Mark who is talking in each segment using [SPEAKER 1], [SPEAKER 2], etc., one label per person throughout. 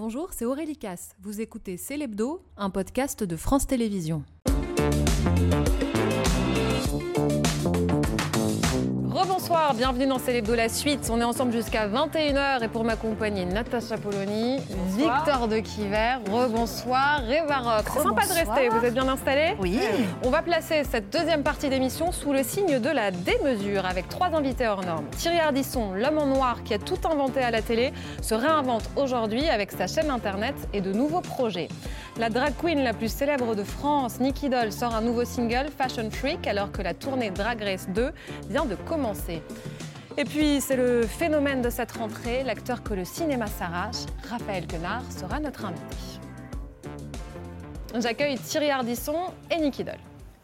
[SPEAKER 1] Bonjour, c'est Aurélie Casse. Vous écoutez C'est l'Hebdo, un podcast de France Télévisions. Rebonsoir, bienvenue dans C'est l'Hebdo, la suite. On est ensemble jusqu'à 21h et pour m'accompagner, Natacha Polony, Victor Dequiver, rebonsoir, Réva Rock. C'est sympa de rester, vous êtes bien installés ?
[SPEAKER 2] Oui.
[SPEAKER 1] On va placer cette deuxième partie d'émission sous le signe de la démesure avec 3 invités hors normes. Thierry Ardisson, l'homme en noir qui a tout inventé à la télé, se réinvente aujourd'hui avec sa chaîne internet et de nouveaux projets. La drag queen la plus célèbre de France, Nicky Doll, sort un nouveau single, Fashion Freak, alors que la tournée Drag Race 2 vient de commencer. Et puis, c'est le phénomène de cette rentrée, l'acteur que le cinéma s'arrache, Raphaël Quenard, sera notre invité. J'accueille Thierry Ardisson et Nicky Doll.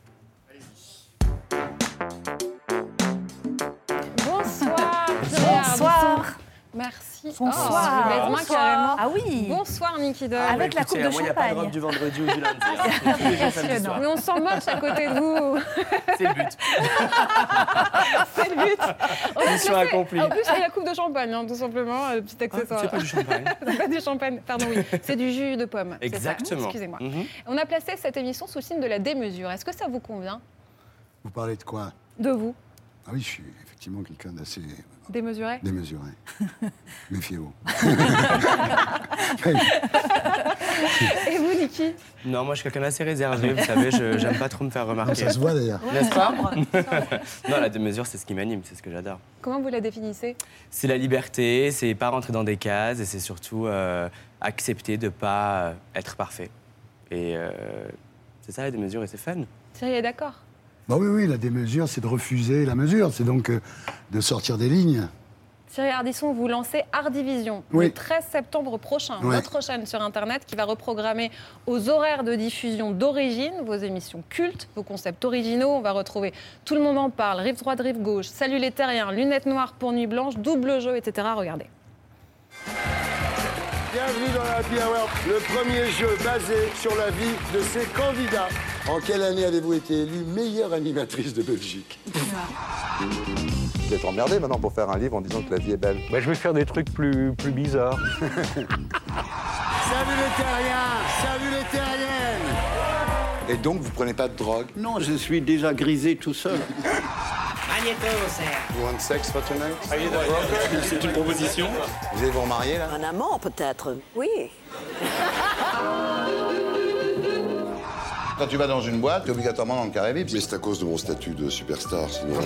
[SPEAKER 1] Bonsoir Thierry Ardisson. Merci.
[SPEAKER 2] Bonsoir.
[SPEAKER 1] Je baise-moi carrément.
[SPEAKER 2] Ah oui.
[SPEAKER 1] Bonsoir Nicky Doll.
[SPEAKER 2] Avec la coupe de
[SPEAKER 3] moi, il n'y a pas de
[SPEAKER 2] champagne.
[SPEAKER 3] robe du vendredi ou du lundi.
[SPEAKER 1] Mais on s'en moche à côté de vous.
[SPEAKER 3] C'est le but.
[SPEAKER 1] C'est le but.
[SPEAKER 3] Mission accomplie.
[SPEAKER 1] En plus, c'est la coupe de champagne, hein, tout simplement, petit accessoire.
[SPEAKER 3] C'est pas du champagne.
[SPEAKER 1] C'est pas du champagne, pardon, oui. C'est du jus de pomme. c'est ça.
[SPEAKER 3] Exactement.
[SPEAKER 1] Excusez-moi.
[SPEAKER 3] Mhm.
[SPEAKER 1] On a placé cette émission sous le signe de la démesure. Est-ce que ça vous convient ?
[SPEAKER 4] Vous parlez de quoi?
[SPEAKER 1] De vous ?
[SPEAKER 4] Ah oui, je suis effectivement quelqu'un d'assez
[SPEAKER 1] Démesuré ?
[SPEAKER 4] démesuré. Méfiez-vous.
[SPEAKER 1] Et vous, Nicky ?
[SPEAKER 3] Non, moi, je suis quelqu'un d'assez réservé. Vous savez, j'aime pas trop me faire remarquer.
[SPEAKER 4] Ça se voit d'ailleurs.
[SPEAKER 3] N'est-ce pas? Non, la démesure, c'est ce qui m'anime, c'est ce que j'adore.
[SPEAKER 1] Comment vous la définissez ?
[SPEAKER 3] C'est la liberté, c'est pas rentrer dans des cases et c'est surtout accepter de pas être parfait. Et c'est ça la démesure et c'est fun.
[SPEAKER 1] Thierry est d'accord ?
[SPEAKER 4] Bah oui, la démesure, c'est de refuser la mesure. C'est donc de sortir des lignes.
[SPEAKER 1] Thierry Ardisson, vous lancez Art Division
[SPEAKER 4] Oui.
[SPEAKER 1] le 13 septembre prochain,
[SPEAKER 4] Ouais.
[SPEAKER 1] votre chaîne sur Internet qui va reprogrammer aux horaires de diffusion d'origine vos émissions cultes, vos concepts originaux. On va retrouver Tout le monde en parle, Rive droite, Rive gauche, Salut les terriens, Lunettes noires pour Nuit blanche, Double jeu, etc. Regardez.
[SPEAKER 5] Bienvenue dans la Happy Hour, le premier jeu basé sur la vie de ses candidats.
[SPEAKER 4] En quelle année avez-vous été élue meilleure animatrice de Belgique?
[SPEAKER 6] Vous êtes emmerdé maintenant pour faire un livre en disant que la vie est belle.
[SPEAKER 7] Bah, je vais faire des trucs plus bizarres.
[SPEAKER 5] Salut les terriens, salut les terriennes.
[SPEAKER 4] Et donc, vous prenez pas de drogue?
[SPEAKER 8] Non, je suis déjà grisé tout seul.
[SPEAKER 4] You want sex for tonight?
[SPEAKER 3] C'est une proposition.
[SPEAKER 4] Vous allez vous remarier, là?
[SPEAKER 2] Un amant, peut-être. Oui.
[SPEAKER 6] Quand tu vas dans une boîte, t'es obligatoirement dans le carré VIP.
[SPEAKER 9] Mais c'est à cause de mon statut de superstar, sinon...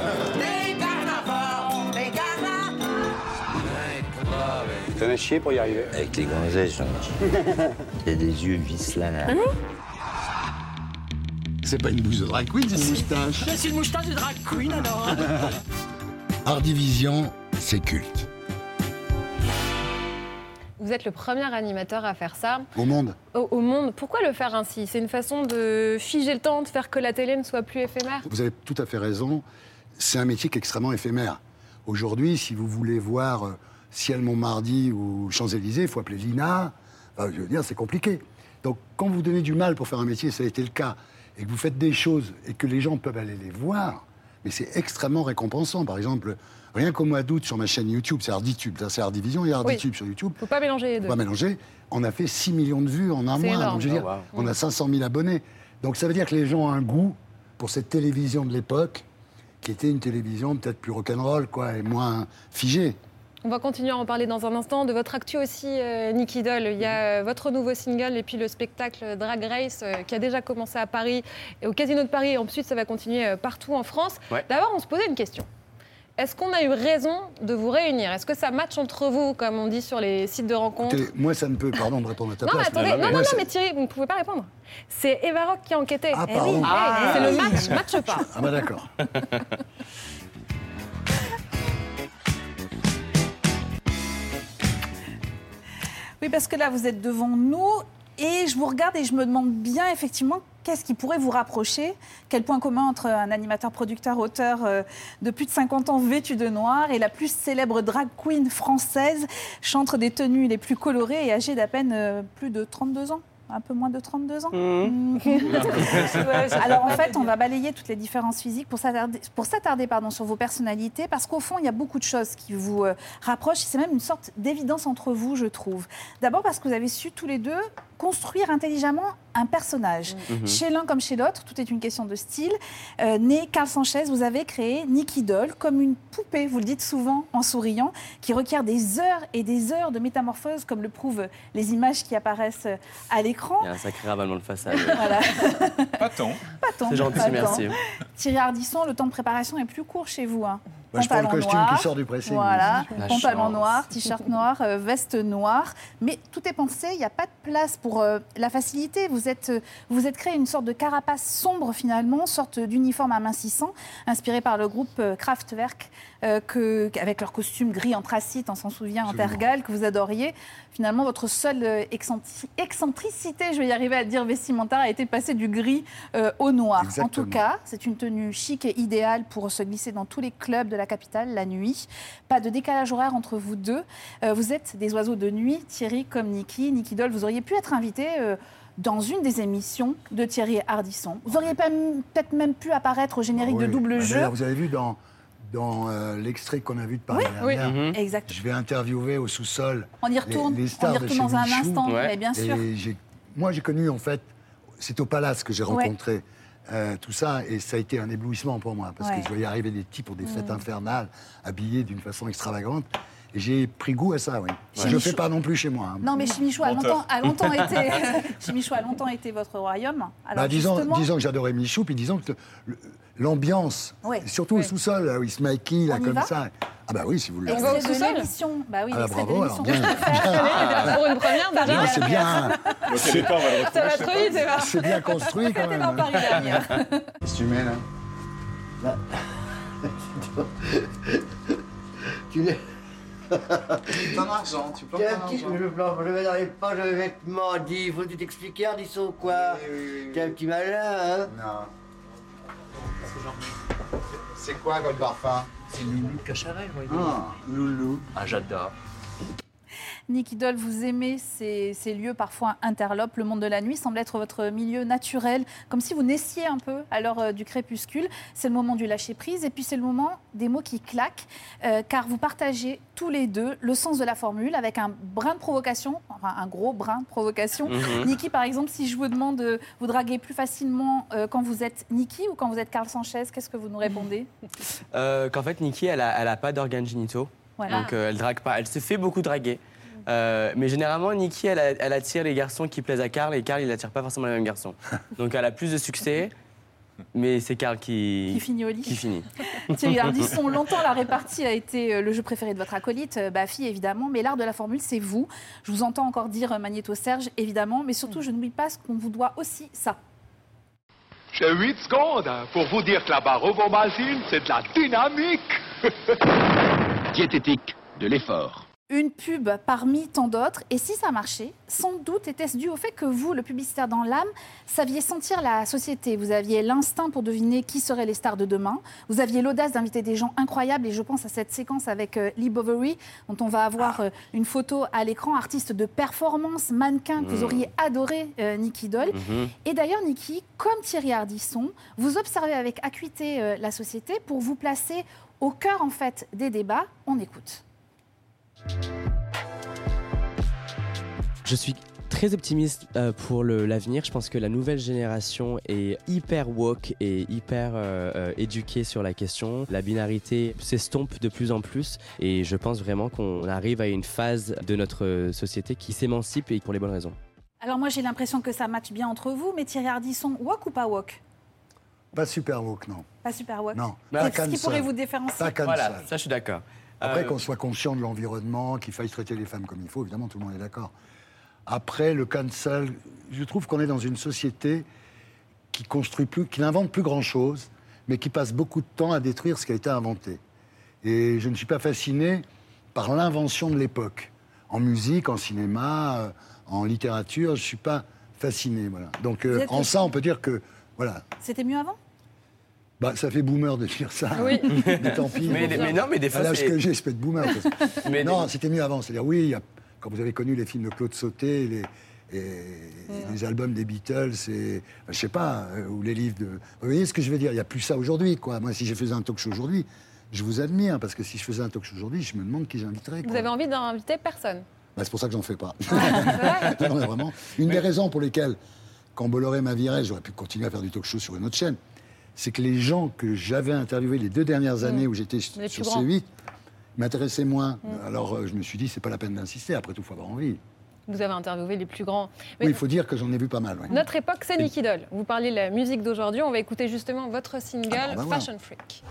[SPEAKER 8] T'en as chier pour y arriver.
[SPEAKER 7] Avec les gonzesses, il y a des yeux vicelants là.
[SPEAKER 4] C'est pas une bouse de drag queen, c'est une moustache.
[SPEAKER 2] C'est une moustache de drag queen, alors.
[SPEAKER 4] Art Division, c'est culte.
[SPEAKER 1] Vous êtes le premier animateur à faire ça
[SPEAKER 4] Au monde.
[SPEAKER 1] au monde. Pourquoi le faire ainsi ? C'est une façon de figer le temps, de faire que la télé ne soit plus éphémère ?
[SPEAKER 4] Vous avez tout à fait raison. C'est un métier qui est extrêmement éphémère. Aujourd'hui, si vous voulez voir Ciel Montmardi ou Champs-Élysées, il faut appeler Lina. Enfin, je veux dire, c'est compliqué. Donc, quand vous donnez du mal pour faire un métier, ça a été le cas, et que vous faites des choses et que les gens peuvent aller les voir, mais c'est extrêmement récompensant. Par exemple, rien qu'au mois d'août, sur ma chaîne YouTube, c'est Arditube, ça c'est Art Division et Arditube sur YouTube.
[SPEAKER 1] Faut pas mélanger les deux.
[SPEAKER 4] On va mélanger. On a fait 6 millions de vues en un
[SPEAKER 1] C'est
[SPEAKER 4] mois.
[SPEAKER 1] énorme.
[SPEAKER 4] Donc, je veux dire, on a 500 000 abonnés. Donc, ça veut dire que les gens ont un goût pour cette télévision de l'époque, qui était une télévision peut-être plus rock'n'roll, quoi, et moins figée.
[SPEAKER 1] On va continuer à en parler dans un instant. De votre actu aussi, Nicky Doll. Il y a votre nouveau single et puis le spectacle Drag Race qui a déjà commencé à Paris et au Casino de Paris. Et ensuite, ça va continuer partout en France.
[SPEAKER 3] Ouais.
[SPEAKER 1] D'abord, on se posait une question. Est-ce qu'on a eu raison de vous réunir ? Est-ce que ça match entre vous, comme on dit sur les sites de rencontres ?
[SPEAKER 4] Écoutez, moi, ça ne peut, pardon de répondre à ta
[SPEAKER 1] Non, mais
[SPEAKER 4] place.
[SPEAKER 1] attendez,
[SPEAKER 4] moi,
[SPEAKER 1] non,
[SPEAKER 4] c'est-
[SPEAKER 1] mais Thierry, vous ne pouvez pas répondre. C'est Eva Rock qui a enquêté.
[SPEAKER 4] Ah,
[SPEAKER 1] Eh
[SPEAKER 4] pardon.
[SPEAKER 1] oui, c'est le match pas.
[SPEAKER 4] Ah bah d'accord.
[SPEAKER 2] Oui, parce que là, vous êtes devant nous et je vous regarde et je me demande bien, effectivement, qu'est-ce qui pourrait vous rapprocher ? Quel point commun entre un animateur, producteur, auteur de plus de 50 ans vêtu de noir et la plus célèbre drag queen française, chantre des tenues les plus colorées et âgée d'à peine plus de 32 ans ? un peu moins de 32 ans. Alors en fait, on va balayer toutes les différences physiques pour s'attarder sur vos personnalités, parce qu'au fond, il y a beaucoup de choses qui vous rapprochent. C'est même une sorte d'évidence entre vous, je trouve. D'abord parce que vous avez su tous les deux construire intelligemment un personnage. Chez l'un comme chez l'autre, tout est une question de style. Né Karl Sanchez, vous avez créé Nicky Doll comme une poupée, vous le dites souvent en souriant, qui requiert des heures et des heures de métamorphose, comme le prouvent les images qui apparaissent à l'écran.
[SPEAKER 3] Il y a un sacré ravalement de façade.
[SPEAKER 2] Voilà.
[SPEAKER 10] Pas tant.
[SPEAKER 3] C'est gentil, merci.
[SPEAKER 2] Thierry Ardisson, le temps de préparation est plus court chez vous.
[SPEAKER 4] Moi, je prends le costume qui sort du pressing.
[SPEAKER 2] Voilà,
[SPEAKER 3] La
[SPEAKER 2] pantalon
[SPEAKER 3] chance.
[SPEAKER 2] noir, t-shirt noir, veste noire. Mais tout est pensé, il n'y a pas de place pour la facilité. Vous êtes créé une sorte de carapace sombre finalement, sorte d'uniforme amincissant, inspiré par le groupe Kraftwerk, avec leur costume gris anthracite, on s'en souvient, en tergal, que vous adoriez. Finalement, votre seule excentricité, je vais y arriver à le dire, vestimentaire, a été de passer du gris au noir.
[SPEAKER 4] Exactement.
[SPEAKER 2] En tout cas, c'est une tenue chic et idéale pour se glisser dans tous les clubs de la capitale la nuit. Pas de décalage horaire entre vous deux. Vous êtes des oiseaux de nuit, Thierry comme Nicky Doll. Vous auriez pu être invité dans une des émissions de Thierry Ardisson. Vous auriez peut-être même pu apparaître au générique de Double Jeu.
[SPEAKER 4] D'ailleurs, vous avez vu dans l'extrait qu'on a vu de Paris dernière,
[SPEAKER 2] Exactement.
[SPEAKER 4] je vais interviewer au sous-sol
[SPEAKER 2] On y retourne,
[SPEAKER 4] les stars de chez
[SPEAKER 2] dans un
[SPEAKER 4] Michou.
[SPEAKER 2] instant, mais bien sûr.
[SPEAKER 4] Et moi, j'ai connu, en fait, c'est au Palace que j'ai rencontré tout ça, et ça a été un éblouissement pour moi, parce que je voyais arriver des types pour des fêtes infernales, habillés d'une façon extravagante, et j'ai pris goût à ça, oui. Je ne le fais pas non plus chez moi. Hein.
[SPEAKER 2] Non, mais chez Michou a longtemps été votre royaume. Alors,
[SPEAKER 4] disons que j'adorais Michou, puis disons que l'ambiance, surtout au sous-sol, là, où il se maquille, là, comme ça. Ah bah oui, si vous le
[SPEAKER 2] voulez. C'est de l'émission. Bah oui, c'est
[SPEAKER 4] bravo,
[SPEAKER 2] de l'émission que je
[SPEAKER 1] Pour une première, déjà.
[SPEAKER 4] c'est bien.
[SPEAKER 1] Ça va trop vite, c'est
[SPEAKER 4] C'est bien construit quand même.
[SPEAKER 2] dans Paris dernière.
[SPEAKER 4] Qu'est-ce que tu mets là?
[SPEAKER 8] Tu l'es.
[SPEAKER 5] Ton argent, tu plantes ton argent.
[SPEAKER 8] Je vais dans les poches de vêtements, dis, faut tu t'expliquer, Ardisson, quoi. T'es un petit malin, hein.
[SPEAKER 5] Non. C'est quoi comme parfum?
[SPEAKER 7] C'est Loulou de Cacharel, moi.
[SPEAKER 5] Loulou.
[SPEAKER 7] Ah, j'adore.
[SPEAKER 2] Nicky Doll, vous aimez ces lieux parfois interlopes. Le monde de la nuit semble être votre milieu naturel, comme si vous naissiez un peu à l'heure du crépuscule. C'est le moment du lâcher-prise et puis c'est le moment des mots qui claquent, car vous partagez tous les deux le sens de la formule avec un brin de provocation, enfin un gros brin de provocation. Nicky, par exemple, si je vous demande de vous draguer plus facilement quand vous êtes Nicky ou quand vous êtes Karl Sanchez, qu'est-ce que vous nous répondez?
[SPEAKER 3] Qu'en fait, Nicky, elle a pas d'organes génitaux.
[SPEAKER 2] Voilà.
[SPEAKER 3] Donc elle drague pas. Elle se fait beaucoup draguer. Mais généralement, Nicky, elle attire les garçons qui plaisent à Karl, et Karl, il attire pas forcément les mêmes garçons. Donc elle a plus de succès, mais c'est Karl qui
[SPEAKER 2] finit au lit.
[SPEAKER 3] Qui finit.
[SPEAKER 2] Thierry Ardisson, longtemps la répartie a été le jeu préféré de votre acolyte, Baffy évidemment, mais l'art de la formule, c'est vous. Je vous entends encore dire Magnéto Serge, évidemment, mais surtout, je n'oublie pas ce qu'on vous doit aussi, ça.
[SPEAKER 11] J'ai 8 secondes pour vous dire que la barre ovomazine, c'est de la dynamique.
[SPEAKER 12] Diététique de l'effort.
[SPEAKER 2] Une pub parmi tant d'autres, et si ça marchait, sans doute était-ce dû au fait que vous, le publicitaire dans l'âme, saviez sentir la société. Vous aviez l'instinct pour deviner qui seraient les stars de demain. Vous aviez l'audace d'inviter des gens incroyables, et je pense à cette séquence avec Lee Bovary, dont on va avoir une photo à l'écran, artiste de performance, mannequin, que vous auriez adoré, Nicky Doll. Et d'ailleurs, Nicky, comme Thierry Ardisson, vous observez avec acuité la société pour vous placer au cœur, en fait, des débats. On écoute.
[SPEAKER 3] Je suis très optimiste pour l'avenir. Je pense que la nouvelle génération est hyper woke et hyper éduquée sur la question. La binarité s'estompe de plus en plus et je pense vraiment qu'on arrive à une phase de notre société qui s'émancipe et pour les bonnes raisons.
[SPEAKER 2] Alors moi j'ai l'impression que ça matche bien entre vous, mais Thierry Ardisson, woke ou pas woke?
[SPEAKER 4] Pas super woke, non.
[SPEAKER 2] Pas super woke?
[SPEAKER 4] Non.
[SPEAKER 2] Qu'est-ce qui pourrait vous différencier?
[SPEAKER 3] Voilà, ça je suis d'accord.
[SPEAKER 4] Après, qu'on soit conscient de l'environnement, qu'il faille traiter les femmes comme il faut, évidemment, tout le monde est d'accord. Après, le cancel, je trouve qu'on est dans une société qui construit plus, qui n'invente plus grand-chose, mais qui passe beaucoup de temps à détruire ce qui a été inventé. Et je ne suis pas fasciné par l'invention de l'époque. En musique, en cinéma, en littérature, je ne suis pas fasciné. Voilà. Donc, en ça, on peut dire que... Voilà.
[SPEAKER 2] C'était mieux avant?
[SPEAKER 4] Bah, ça fait boomer de dire ça.
[SPEAKER 1] Oui.
[SPEAKER 4] Mais tant pis.
[SPEAKER 3] Mais non, mais des fois,
[SPEAKER 4] à l'âge que j'ai, je peux être boomer.
[SPEAKER 3] Mais
[SPEAKER 4] non, c'était mieux avant. C'est-à-dire, oui, quand vous avez connu les films de Claude Sauté et les albums des Beatles, je sais pas, ou les livres de... Vous voyez ce que je veux dire? Il n'y a plus ça aujourd'hui, quoi. Moi, si je faisais un talk show aujourd'hui, je vous admire, parce que si je faisais un talk show aujourd'hui, je me demande qui j'inviterais.
[SPEAKER 1] Vous avez envie d'inviter personne?
[SPEAKER 4] C'est pour ça que j'en fais pas. Non, mais vraiment. Une des raisons pour lesquelles, quand Bolloré m'a viré, j'aurais pu continuer à faire du talk show sur une autre chaîne, c'est que les gens que j'avais interviewés les 2 dernières années où j'étais sur C8 m'intéressaient moins. Alors je me suis dit, c'est pas la peine d'insister, après tout, il faut avoir envie.
[SPEAKER 1] Vous avez interviewé les plus grands.
[SPEAKER 4] Oui, il faut dire que j'en ai vu pas mal. Ouais.
[SPEAKER 1] Notre époque, c'est Nicky Doll. Vous parliez de la musique d'aujourd'hui, on va écouter justement votre single Fashion Freak.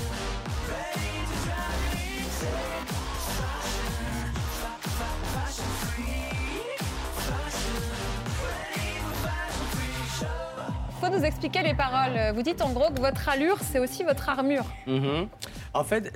[SPEAKER 1] Il faut nous expliquer les paroles. Vous dites en gros que votre allure, c'est aussi votre armure.
[SPEAKER 3] En fait,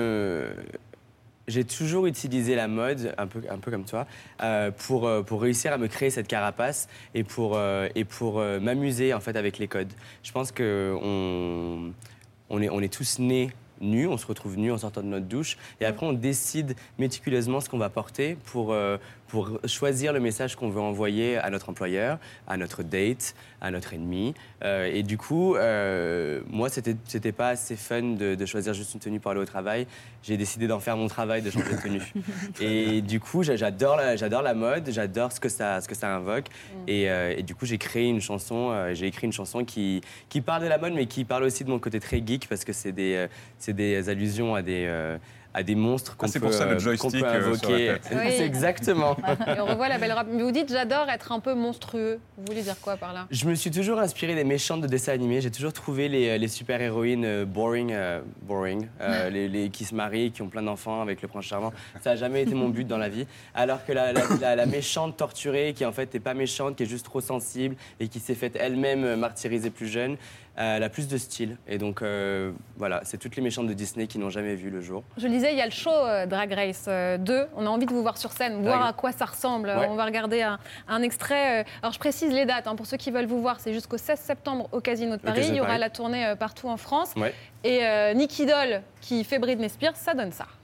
[SPEAKER 3] j'ai toujours utilisé la mode, un peu comme toi, pour réussir à me créer cette carapace et pour m'amuser en fait avec les codes. Je pense qu'on est tous nés nus, on se retrouve nus en sortant de notre douche et après on décide méticuleusement ce qu'on va porter pour choisir le message qu'on veut envoyer à notre employeur, à notre date, à notre ennemi. Et du coup, moi, c'était pas assez fun de choisir juste une tenue pour aller au travail. J'ai décidé d'en faire mon travail, de changer de tenue. Et du coup, j'adore la mode, j'adore ce que ça invoque. Et du coup, j'ai écrit une chanson qui parle de la mode, mais qui parle aussi de mon côté très geek, parce que c'est des allusions à des monstres qu'on peut invoquer. C'est exactement.
[SPEAKER 1] Et on revoit la belle robe. Mais vous dites, j'adore être un peu monstrueux. Vous voulez dire quoi par là?
[SPEAKER 3] Je me suis toujours inspiré des méchantes de dessins animés. J'ai toujours trouvé les super-héroïnes boring, les qui se marient, qui ont plein d'enfants avec le prince charmant. Ça n'a jamais été mon but dans la vie. Alors que la méchante torturée, qui en fait n'est pas méchante, qui est juste trop sensible et qui s'est faite elle-même martyriser plus jeune, elle a plus de style. Et donc, voilà, c'est toutes les méchantes de Disney qui n'ont jamais vu le jour.
[SPEAKER 1] Je le disais, il y a le show Drag Race 2. On a envie de vous voir sur scène, voir à quoi ça ressemble. Ouais. On va regarder un extrait. Alors, je précise les dates. Pour ceux qui veulent vous voir, c'est jusqu'au 16 septembre au Casino de Paris. Il y aura la tournée partout en France. Ouais. Et Nicky Doll, qui fait Britney Spears, ça donne ça.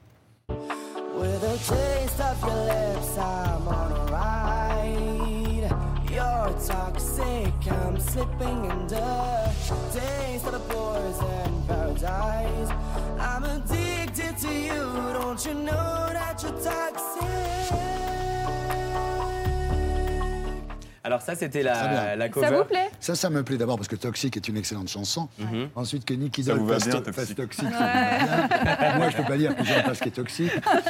[SPEAKER 1] You're toxic, I'm slipping under taste of the poison paradise. I'm addicted to you, don't you know that you're toxic? Alors ça, c'était la cover. Ça vous plaît?
[SPEAKER 4] Ça me plaît d'abord parce que Toxic est une excellente chanson. Ensuite, que Nicky Doll fasse Toxic. Moi, je peux pas dire que j'aime pas ce qui est toxique.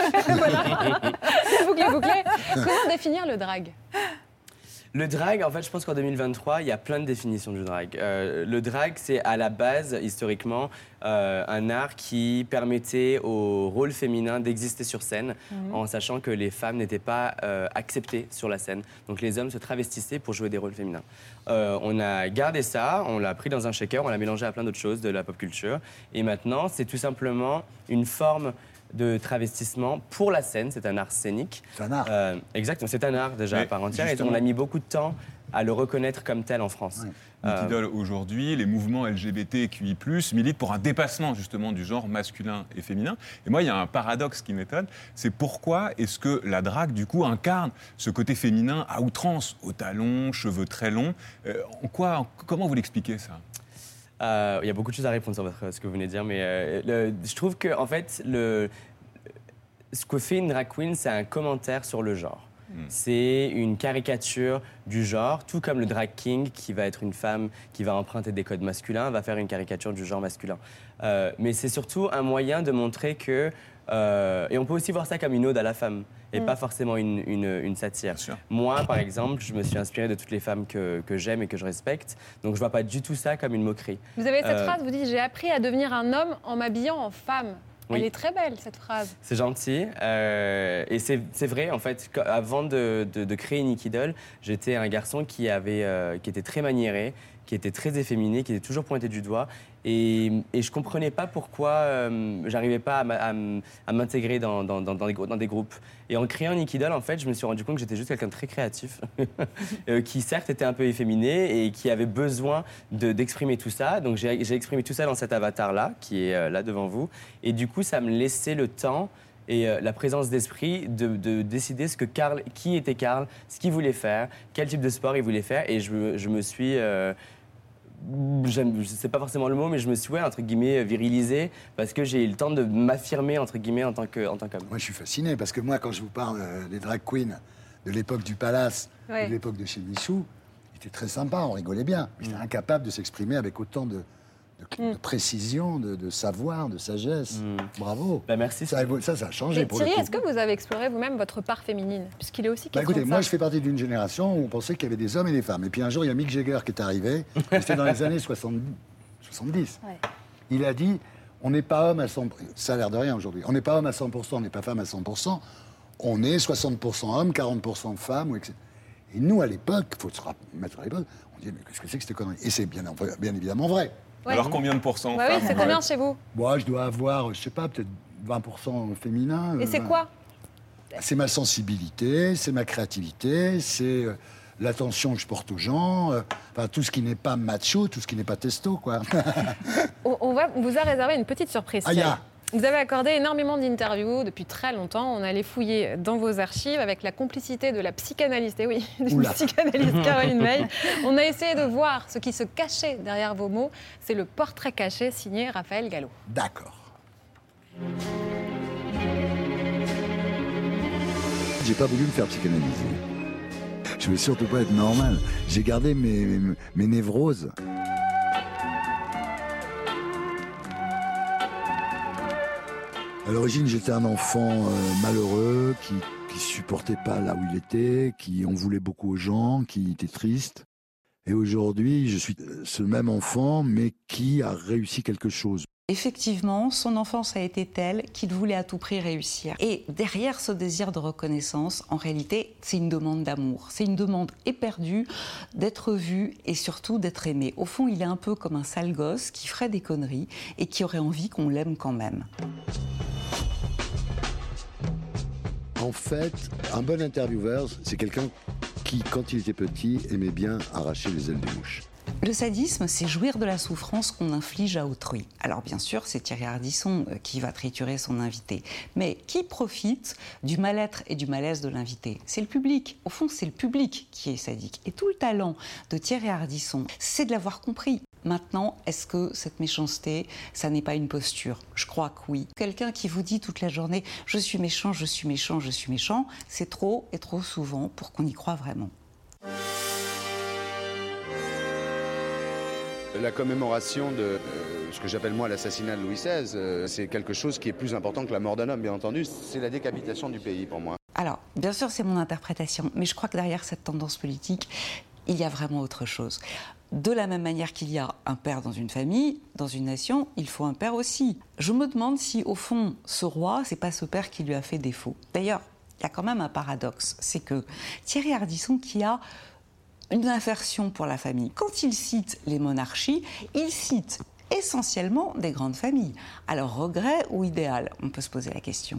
[SPEAKER 1] Bouclé. Comment définir le drag?
[SPEAKER 3] Le drag, en fait, je pense qu'en 2023, il y a plein de définitions du drag. Le drag, c'est à la base, historiquement, un art qui permettait au rôle féminin d'exister sur scène, en sachant que les femmes n'étaient pas acceptées sur la scène. Donc les hommes se travestissaient pour jouer des rôles féminins. On a gardé ça, on l'a pris dans un shaker, on l'a mélangé à plein d'autres choses de la pop culture. Et maintenant, c'est tout simplement une forme de travestissement pour la scène. C'est un art scénique.
[SPEAKER 4] C'est un art.
[SPEAKER 3] Exactement, c'est un art déjà à part entière. Et on a mis beaucoup de temps à le reconnaître comme tel en France.
[SPEAKER 10] Nicky Doll, aujourd'hui, les mouvements LGBTQI+, militent pour un dépassement justement du genre masculin et féminin. Et moi, il y a un paradoxe qui m'étonne, c'est pourquoi est-ce que la drague, du coup, incarne ce côté féminin à outrance, aux talons, cheveux très longs. Comment vous l'expliquez, ça ?
[SPEAKER 3] Il y a beaucoup de choses à répondre sur ce que vous venez de dire, mais je trouve que en fait, ce que fait une drag queen, c'est un commentaire sur le genre. C'est une caricature du genre, tout comme le drag king, qui va être une femme qui va emprunter des codes masculins, va faire une caricature du genre masculin. Mais c'est surtout un moyen de montrer que... et on peut aussi voir ça comme une ode à la femme, et pas forcément une satire. Moi, par exemple, je me suis inspiré de toutes les femmes que j'aime et que je respecte, donc je vois pas du tout ça comme une moquerie.
[SPEAKER 1] Vous avez cette phrase, vous dites « J'ai appris à devenir un homme en m'habillant en femme ». Elle est très belle, cette phrase.
[SPEAKER 3] C'est gentil. Et c'est vrai, en fait, avant de créer Nicky Doll, j'étais un garçon qui était très maniéré, qui était très efféminé, qui était toujours pointé du doigt. Et je comprenais pas pourquoi j'arrivais pas à m'intégrer dans des groupes. Et en créant Nicky Doll, en fait, je me suis rendu compte que j'étais juste quelqu'un de très créatif, qui certes était un peu efféminé et qui avait besoin d'exprimer tout ça. Donc j'ai exprimé tout ça dans cet avatar-là, qui est là devant vous. Et du coup, ça me laissait le temps et la présence d'esprit de décider qui était Karl, ce qu'il voulait faire, quel type de sport il voulait faire. Et je me suis... je ne sais pas forcément le mot, mais je me suis, entre guillemets, virilisé parce que j'ai eu le temps de m'affirmer, entre guillemets, en tant qu'homme.
[SPEAKER 4] Moi, je suis fasciné parce que moi, quand je vous parle des drag queens de l'époque du Palace, de l'époque de chez Michou, c'était très sympa, on rigolait bien. Mais j'étais incapable de s'exprimer avec autant de précision, de savoir, de sagesse. Bravo.
[SPEAKER 3] Merci.
[SPEAKER 4] Ça a changé
[SPEAKER 1] Mais
[SPEAKER 4] pour
[SPEAKER 1] Thierry,
[SPEAKER 4] le coup.
[SPEAKER 1] est-ce que vous avez exploré vous-même votre part féminine? Puisqu'il est aussi question
[SPEAKER 4] Écoutez,
[SPEAKER 1] de
[SPEAKER 4] moi
[SPEAKER 1] ça.
[SPEAKER 4] je fais partie d'une génération où on pensait qu'il y avait des hommes et des femmes. Et puis un jour, il y a Mick Jagger qui est arrivé, c'était dans les années 70. Ouais. Il a dit, on n'est pas homme à 100%, ça a l'air de rien aujourd'hui, on n'est pas homme à 100%, on n'est pas femme à 100%, on est 60% hommes, 40% femmes, etc. Et nous, à l'époque, il faut se mettre à l'époque, on dit, mais qu'est-ce que c'est que cette connerie? Et c'est bien évidemment vrai.
[SPEAKER 10] Ouais. Alors combien de pourcents
[SPEAKER 1] oui, c'est combien chez vous?
[SPEAKER 4] Moi, je dois avoir, je sais pas, peut-être 20% féminin.
[SPEAKER 1] Et c'est quoi?
[SPEAKER 4] C'est ma sensibilité, c'est ma créativité, c'est l'attention que je porte aux gens, enfin tout ce qui n'est pas macho, tout ce qui n'est pas testo, quoi.
[SPEAKER 1] On vous a réservé une petite surprise. Vous avez accordé énormément d'interviews depuis très longtemps. On allait fouiller dans vos archives avec la complicité de la psychanalyste, psychanalyste Caroline Veil. On a essayé de voir ce qui se cachait derrière vos mots. C'est le portrait caché signé Raphaël Gallo.
[SPEAKER 4] D'accord. J'ai pas voulu me faire psychanalyser. Je veux surtout pas être normal. J'ai gardé mes névroses. À l'origine, j'étais un enfant malheureux, qui supportait pas là où il était, qui en voulait beaucoup aux gens, qui était triste. Et aujourd'hui, je suis ce même enfant, mais qui a réussi quelque chose.
[SPEAKER 12] Effectivement, son enfance a été telle qu'il voulait à tout prix réussir. Et derrière ce désir de reconnaissance, en réalité, c'est une demande d'amour. C'est une demande éperdue d'être vu et surtout d'être aimé. Au fond, il est un peu comme un sale gosse qui ferait des conneries et qui aurait envie qu'on l'aime quand même.
[SPEAKER 4] En fait, un bon intervieweur, c'est quelqu'un qui, quand il était petit, aimait bien arracher les ailes des mouches.
[SPEAKER 12] Le sadisme, c'est jouir de la souffrance qu'on inflige à autrui. Alors bien sûr, c'est Thierry Ardisson qui va triturer son invité. Mais qui profite du mal-être et du malaise de l'invité? C'est le public. Au fond, c'est le public qui est sadique. Et tout le talent de Thierry Ardisson, c'est de l'avoir compris. Maintenant, est-ce que cette méchanceté, ça n'est pas une posture? Je crois que oui. Quelqu'un qui vous dit toute la journée « je suis méchant, je suis méchant, je suis méchant », c'est trop et trop souvent pour qu'on y croie vraiment.
[SPEAKER 13] La commémoration de ce que j'appelle moi l'assassinat de Louis XVI, c'est quelque chose qui est plus important que la mort d'un homme, bien entendu. C'est la décapitation du pays pour moi.
[SPEAKER 12] Alors, bien sûr, c'est mon interprétation, mais je crois que derrière cette tendance politique, il y a vraiment autre chose. De la même manière qu'il y a un père dans une famille, dans une nation, il faut un père aussi. Je me demande si, au fond, ce roi, c'est pas ce père qui lui a fait défaut. D'ailleurs, il y a quand même un paradoxe, c'est que Thierry Ardisson, qui a une aversion pour la famille, quand il cite les monarchies, il cite essentiellement des grandes familles. Alors, regret ou idéal? On peut se poser la question.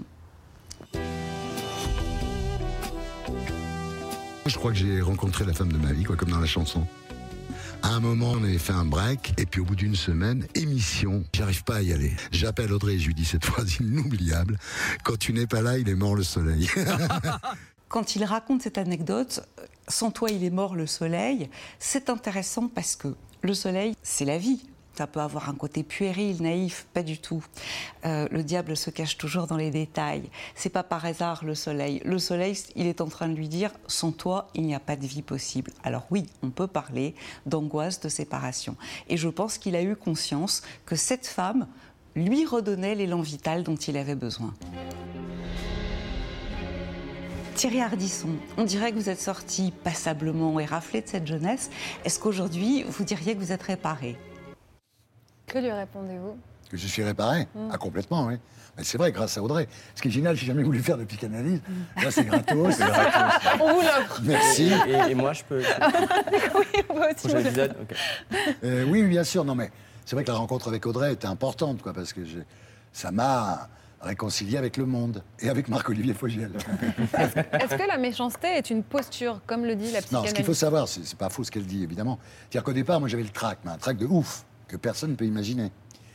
[SPEAKER 4] Je crois que j'ai rencontré la femme de ma vie, quoi, comme dans la chanson. À un moment, on avait fait un break, et puis au bout d'une semaine, émission, j'arrive pas à y aller. J'appelle Audrey et je lui dis cette phrase inoubliable: quand tu n'es pas là, il est mort le soleil.
[SPEAKER 12] Quand il raconte cette anecdote, sans toi il est mort le soleil, c'est intéressant parce que le soleil, c'est la vie. Ça peut avoir un côté puéril, naïf, pas du tout. Le diable se cache toujours dans les détails. C'est pas par hasard le soleil. Le soleil, il est en train de lui dire « sans toi, il n'y a pas de vie possible ». Alors oui, on peut parler d'angoisse de séparation. Et je pense qu'il a eu conscience que cette femme lui redonnait l'élan vital dont il avait besoin. Thierry Ardisson, on dirait que vous êtes sorti passablement éraflé de cette jeunesse. Est-ce qu'aujourd'hui, vous diriez que vous êtes réparé?
[SPEAKER 1] Que lui répondez-vous?
[SPEAKER 4] Que je suis réparé? Ah, complètement, oui. Mais c'est vrai, grâce à Audrey. Ce qui est génial, j'ai jamais voulu faire de psychanalyse. Là, c'est gratos.
[SPEAKER 1] On vous l'offre.
[SPEAKER 4] Merci.
[SPEAKER 3] Et moi, je peux...
[SPEAKER 1] Oui, on va aussi.
[SPEAKER 3] Prochain épisode, okay.
[SPEAKER 4] Oui, bien sûr. Non, mais c'est vrai que la rencontre avec Audrey était importante, quoi, parce que ça m'a réconcilié avec le monde et avec Marc-Olivier Fogiel.
[SPEAKER 1] Est-ce que la méchanceté est une posture, comme le dit la psychanalyse?
[SPEAKER 4] Non, ce qu'il faut savoir, c'est pas faux ce qu'elle dit, évidemment. C'est-à-dire qu'au départ, moi, j'avais le trac, mais un trac de ouf, que personne ne peut imaginer.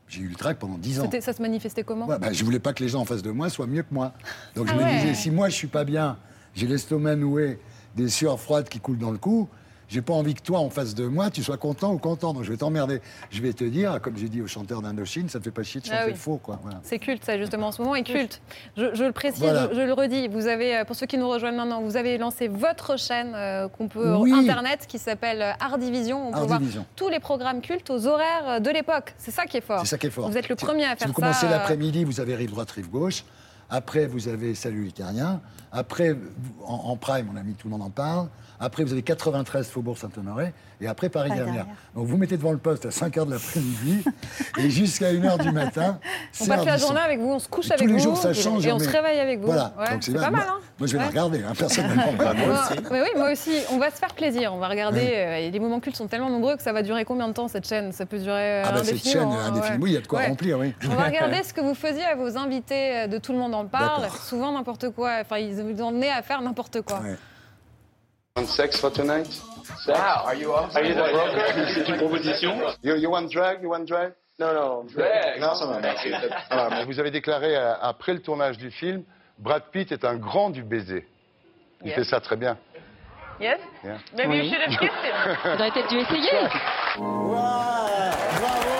[SPEAKER 4] J'ai eu le trac pendant 10 ans.
[SPEAKER 1] Ça se manifestait comment?
[SPEAKER 4] Je voulais pas que les gens en face de moi soient mieux que moi. Donc je me disais, si moi je suis pas bien, j'ai l'estomac noué, des sueurs froides qui coulent dans le cou, j'ai pas envie que toi, en face de moi, tu sois content ou content. Donc je vais t'emmerder. Je vais te dire, comme j'ai dit au chanteur d'Indochine, ça te fait pas chier de chanter faux, quoi. Voilà.
[SPEAKER 1] C'est culte, ça, justement. En ce moment est culte. Je le précise, je le redis. Vous avez, pour ceux qui nous rejoignent maintenant, vous avez lancé votre chaîne qu'on peut Internet qui s'appelle Art Division. On peut voir tous les programmes cultes aux horaires de l'époque. C'est ça qui est fort.
[SPEAKER 4] C'est ça qui est fort.
[SPEAKER 1] Vous êtes le premier à faire ça.
[SPEAKER 4] Si vous commencez l'après-midi, vous avez rive droite, rive gauche. Après, vous avez Salut les Terriens. Après, en prime, on a mis Tout le monde en parle. Après, vous avez 93 Faubourg Saint-Honoré. Et après, Paris dernière. Donc, vous mettez devant le poste à 5h de l'après-midi et jusqu'à 1h du matin.
[SPEAKER 1] On passe la journée avec vous, on se couche avec vous.
[SPEAKER 4] Tous les jours, ça change.
[SPEAKER 1] Et on se réveille avec vous.
[SPEAKER 4] Voilà.
[SPEAKER 1] Ouais,
[SPEAKER 4] donc,
[SPEAKER 1] c'est pas mal. Hein.
[SPEAKER 4] Moi, je vais la regarder, personnellement.
[SPEAKER 1] Moi aussi. On va se faire plaisir. On va regarder. Et les moments cultes sont tellement nombreux que ça va durer combien de temps, cette chaîne? Ça peut durer indéfiniment.
[SPEAKER 4] Cette chaîne, indéfiniment, oui, il y a de quoi remplir, oui.
[SPEAKER 1] On va regarder ce que vous faisiez à vos invités de Tout le monde en parle. Souvent, n'importe quoi. Enfin, ils vous emmenaient à faire n'importe quoi.
[SPEAKER 6] Sex for tonight?
[SPEAKER 11] Wow, are you the broker? C'est une proposition?
[SPEAKER 6] You want drag?
[SPEAKER 11] No, drag.
[SPEAKER 6] Non, ça va, merci. Alors, vous avez déclaré après le tournage du film, Brad Pitt est un grand du baiser. Il fait ça très bien.
[SPEAKER 14] Yes?
[SPEAKER 6] Yeah.
[SPEAKER 14] Maybe you should have kissed him. Faudrait peut-être dû essayer.
[SPEAKER 5] Ouais, bravo!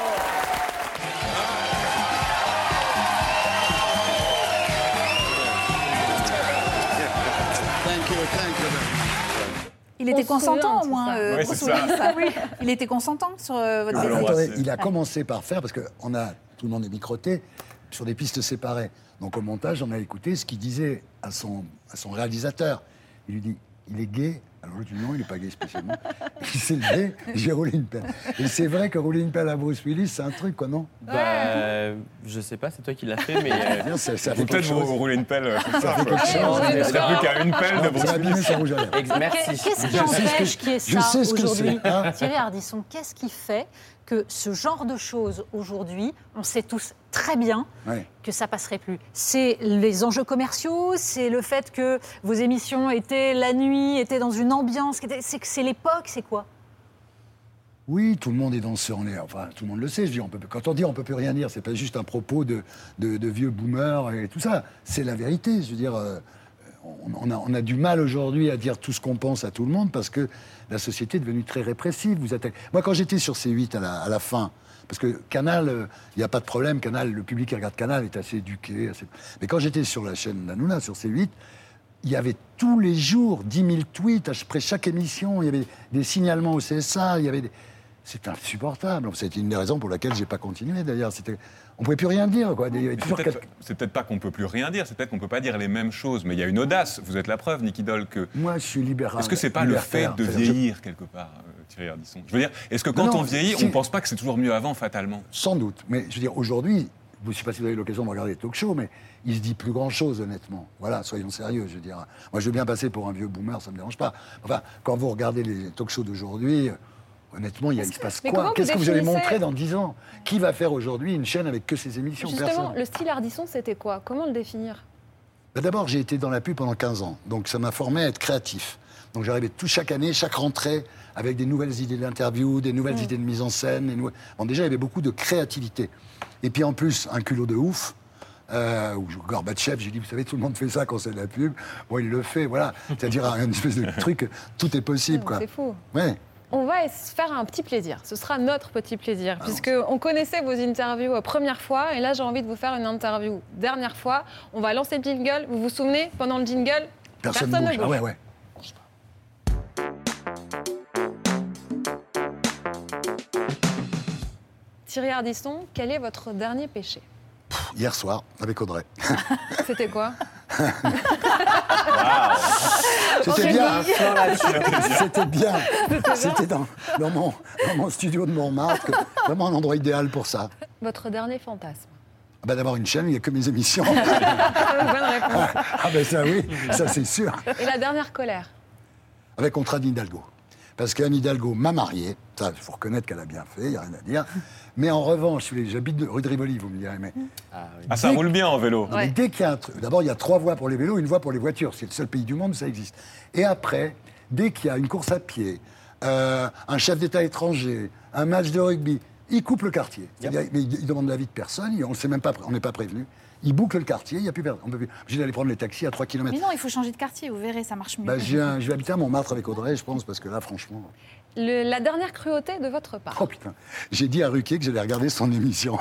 [SPEAKER 2] Il était consentant au moins.
[SPEAKER 10] Oui.
[SPEAKER 2] Il était consentant sur votre baiser.
[SPEAKER 4] Attendez, il a commencé par faire, parce que tout le monde est microté, sur des pistes séparées. Donc au montage, on a écouté ce qu'il disait à son réalisateur. Il lui dit, il est gay. Alors l'autre dit non, il n'est pas gay spécialement. Il s'est levé, j'ai roulé une pelle. Et c'est vrai que rouler une pelle à Bruce Willis, c'est un truc, quoi, non?
[SPEAKER 3] Je sais pas, c'est toi qui l'as fait, mais...
[SPEAKER 4] ça fait
[SPEAKER 10] peut-être vous rouler une pelle.
[SPEAKER 4] Ça fait quelque chose.
[SPEAKER 10] Il ne serait plus qu'à une pelle de Bruce Willis.
[SPEAKER 4] Son rouge à lèvres.
[SPEAKER 3] Merci.
[SPEAKER 15] Qu'est-ce qui empêche qu'il y ait ça aujourd'hui, Thierry Ardisson? Qu'est-ce qui fait que ce genre de choses aujourd'hui, on sait tous très bien que ça passerait plus? C'est les enjeux commerciaux, c'est le fait que vos émissions étaient la nuit, étaient dans une ambiance, c'est l'époque, c'est quoi?
[SPEAKER 4] Oui, tout le monde est dans ce... Enfin, tout le monde le sait. Je dis, quand on dit on ne peut plus rien dire, c'est pas juste un propos de vieux boomers et tout ça. C'est la vérité. Je veux dire, on a du mal aujourd'hui à dire tout ce qu'on pense à tout le monde parce que la société est devenue très répressive. Moi, quand j'étais sur C8 à la fin, parce que Canal, il n'y a pas de problème. Canal, le public qui regarde Canal est assez éduqué. Mais quand j'étais sur la chaîne d'Hanouna, sur C8, il y avait tous les jours 10 000 tweets après chaque émission. Il y avait des signalements au CSA. C'était insupportable. C'était une des raisons pour laquelle je n'ai pas continué, d'ailleurs. On ne pouvait plus rien dire, quoi.
[SPEAKER 10] C'est peut-être pas qu'on ne peut plus rien dire, c'est peut-être qu'on ne peut pas dire les mêmes choses. Mais il y a une audace. Vous êtes la preuve, Nicky Doll, que...
[SPEAKER 4] Moi, je suis libéral.
[SPEAKER 10] Est-ce que c'est pas le fait de vieillir, quelque part, Thierry Ardisson? Je veux dire, est-ce que quand on vieillit, on ne pense pas que c'est toujours mieux avant, fatalement?
[SPEAKER 4] Sans doute. Mais je veux dire, aujourd'hui, je ne sais pas si vous avez eu l'occasion de regarder les talk-shows, mais il se dit plus grand-chose, honnêtement. Voilà, soyons sérieux, je veux dire. Moi, je veux bien passer pour un vieux boomer, ça ne me dérange pas. Enfin, quand vous regardez les talk-shows d'aujourd'hui... Honnêtement, il se passe quoi? Qu'est-ce que vous allez montrer dans 10 ans? Qui va faire aujourd'hui une chaîne avec que ses émissions?
[SPEAKER 1] Justement,
[SPEAKER 4] personne.
[SPEAKER 1] Le style Ardisson, c'était quoi? Comment le définir?
[SPEAKER 4] D'abord, j'ai été dans la pub pendant 15 ans. Donc, ça m'a formé à être créatif. Donc, j'arrivais chaque année, chaque rentrée, avec des nouvelles idées d'interview, des nouvelles idées de mise en scène. Bon, déjà, il y avait beaucoup de créativité. Et puis, en plus, un culot de ouf. Gorbatchev, j'ai dit, vous savez, tout le monde fait ça quand c'est de la pub. Bon, il le fait, voilà. C'est-à-dire, une espèce de truc, tout est possible, quoi.
[SPEAKER 1] C'est fou.
[SPEAKER 4] Ouais.
[SPEAKER 1] On va se faire un petit plaisir. Ce sera notre petit plaisir, puisqu'on connaissait vos interviews première fois, et là, j'ai envie de vous faire une interview dernière fois. On va lancer le jingle. Vous vous souvenez, pendant le jingle, personne ne bouge.
[SPEAKER 4] Ah ouais.
[SPEAKER 1] Thierry Ardisson, quel est votre dernier péché?
[SPEAKER 4] Hier soir, avec Audrey.
[SPEAKER 1] C'était quoi?
[SPEAKER 4] C'était bien. C'était bien. C'était dans mon studio de Montmartre. Vraiment un endroit idéal pour ça.
[SPEAKER 1] Votre dernier fantasme?
[SPEAKER 4] D'avoir une chaîne où il n'y a que mes émissions.
[SPEAKER 1] Bonne réponse.
[SPEAKER 4] Ça oui, ça c'est sûr.
[SPEAKER 1] Et la dernière colère?
[SPEAKER 4] Avec contre Anne Hidalgo. Parce qu'Anne Hidalgo m'a marié. Ça, il faut reconnaître qu'elle a bien fait, il n'y a rien à dire. Mais en revanche, j'habite rue de Rivoli, vous me direz. Mais
[SPEAKER 10] ça roule bien en vélo.
[SPEAKER 4] Mais dès qu'il y a un truc... D'abord, il y a 3 voies pour les vélos, 1 voie pour les voitures. C'est le seul pays du monde où ça existe. Et après, dès qu'il y a une course à pied, un chef d'État étranger, un match de rugby, Il coupe le quartier. C'est-à-dire, mais il demande l'avis de personne, on n'est pas prévenu. Il boucle le quartier, il n'y a plus personne. On peut plus. J'ai d'aller prendre les taxis à 3 km.
[SPEAKER 2] Mais non, il faut changer de quartier, vous verrez, ça marche mieux.
[SPEAKER 4] Je vais habiter à Montmartre avec Audrey, je pense, parce que là, franchement...
[SPEAKER 1] La dernière cruauté de votre part.
[SPEAKER 4] Oh putain, j'ai dit à Ruquier que j'allais regarder son émission.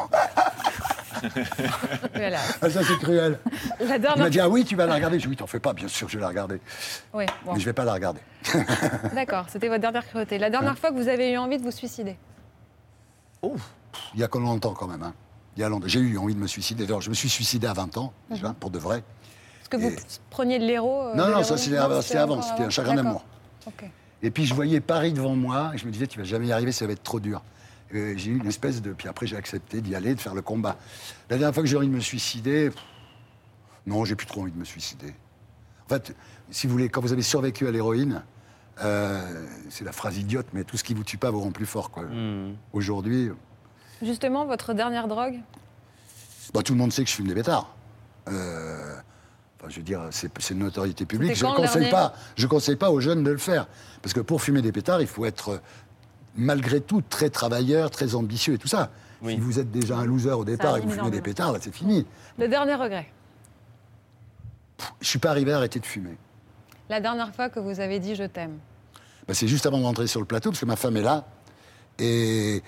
[SPEAKER 1] Voilà.
[SPEAKER 4] Ah, ça, c'est cruel. Il m'a dit, ah oui, tu vas la regarder. Je lui ai dit, oui, t'en fais pas, bien sûr, je vais la regarder.
[SPEAKER 1] Oui, bon.
[SPEAKER 4] Mais je vais pas la regarder.
[SPEAKER 1] D'accord, c'était votre dernière cruauté. La dernière fois que vous avez eu envie de vous suicider?
[SPEAKER 4] Il y a longtemps, quand même. Hein. Il y a longtemps. J'ai eu envie de me suicider. D'ailleurs, je me suis suicidé à 20 ans, déjà, pour de vrai.
[SPEAKER 1] Est-ce que vous preniez de l'héros
[SPEAKER 4] Non, ça, c'était avant. C'était un chagrin d'amour.
[SPEAKER 1] Okay.
[SPEAKER 4] Et puis, je voyais Paris devant moi, et je me disais, tu vas jamais y arriver, ça va être trop dur. J'ai eu une espèce de... Puis après, j'ai accepté d'y aller, de faire le combat. La dernière fois que j'ai envie de me suicider... Non, j'ai plus trop envie de me suicider. En fait, si vous voulez, quand vous avez survécu à l'héroïne, c'est la phrase idiote, mais tout ce qui vous tue pas vous rend plus fort, quoi. Aujourd'hui...
[SPEAKER 1] Justement, votre dernière drogue?
[SPEAKER 4] Tout le monde sait que je fume des pétards. Je veux dire, c'est une notoriété publique. Je ne conseille pas aux jeunes de le faire. Parce que pour fumer des pétards, il faut être, malgré tout, très travailleur, très ambitieux et tout ça. Oui. Si vous êtes déjà un loser au départ et que vous fumez des pétards, là, c'est fini.
[SPEAKER 1] Le dernier regret?
[SPEAKER 4] Je ne suis pas arrivé à arrêter de fumer.
[SPEAKER 1] La dernière fois que vous avez dit « je t'aime »
[SPEAKER 4] c'est juste avant de rentrer sur le plateau, parce que ma femme est là. Et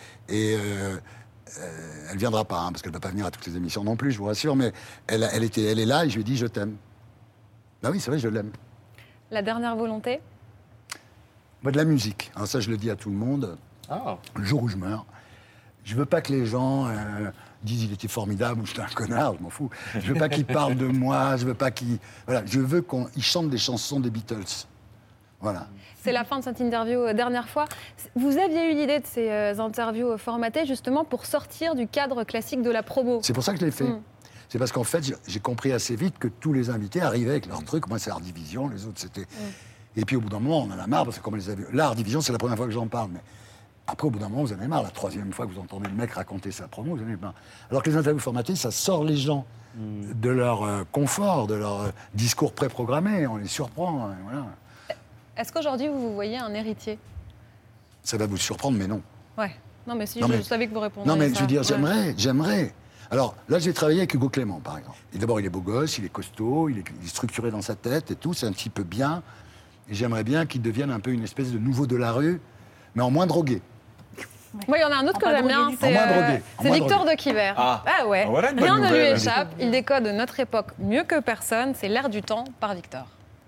[SPEAKER 4] elle ne viendra pas, parce qu'elle ne va pas venir à toutes les émissions non plus, je vous rassure, mais elle est là et je lui ai dit « je t'aime ». Ben oui, c'est vrai, je l'aime.
[SPEAKER 1] La dernière volonté?
[SPEAKER 4] De la musique. Alors ça, je le dis à tout le monde. Le jour où je meurs, je veux pas que les gens disent « il était formidable » ou « j'étais un connard », je m'en fous. Je veux pas qu'ils parlent de moi, je veux pas qu'ils... Voilà, je veux qu'ils chantent des chansons des Beatles. Voilà.
[SPEAKER 1] C'est la fin de cette interview dernière fois. Vous aviez eu l'idée de ces interviews formatées justement pour sortir du cadre classique de la promo.
[SPEAKER 4] C'est pour ça que je l'ai fait. C'est parce qu'en fait, j'ai compris assez vite que tous les invités arrivaient avec leurs trucs. Moi, c'est Art Division, les autres, c'était... Et puis, au bout d'un moment, on en a marre, parce que comme on les avait... Là, Art Division, c'est la première fois que j'en parle, mais après, au bout d'un moment, vous en avez marre. La troisième fois que vous entendez le mec raconter sa promo, vous en avez marre. Alors que les interviews formatées, ça sort les gens de leur confort, de leur discours préprogrammé. On les surprend, voilà.
[SPEAKER 1] Est-ce qu'aujourd'hui, vous voyez un héritier?
[SPEAKER 4] Ça va vous surprendre, mais non.
[SPEAKER 1] Ouais. Non, mais si je savais que vous répondriez.
[SPEAKER 4] Non, mais
[SPEAKER 1] ça,
[SPEAKER 4] je veux dire, j'aimerais. Alors, là, j'ai travaillé avec Hugo Clément, par exemple. Et d'abord, il est beau gosse, il est costaud, il est structuré dans sa tête et tout, c'est un type bien. Et j'aimerais bien qu'il devienne un peu une espèce de nouveau de la rue, mais en moins drogué.
[SPEAKER 1] Moi, il y en a un autre que j'aime bien, c'est Victor de Quiver. Ouais.
[SPEAKER 10] Voilà
[SPEAKER 1] rien ne lui échappe, il décode notre époque mieux que personne, c'est L'air du temps par Victor.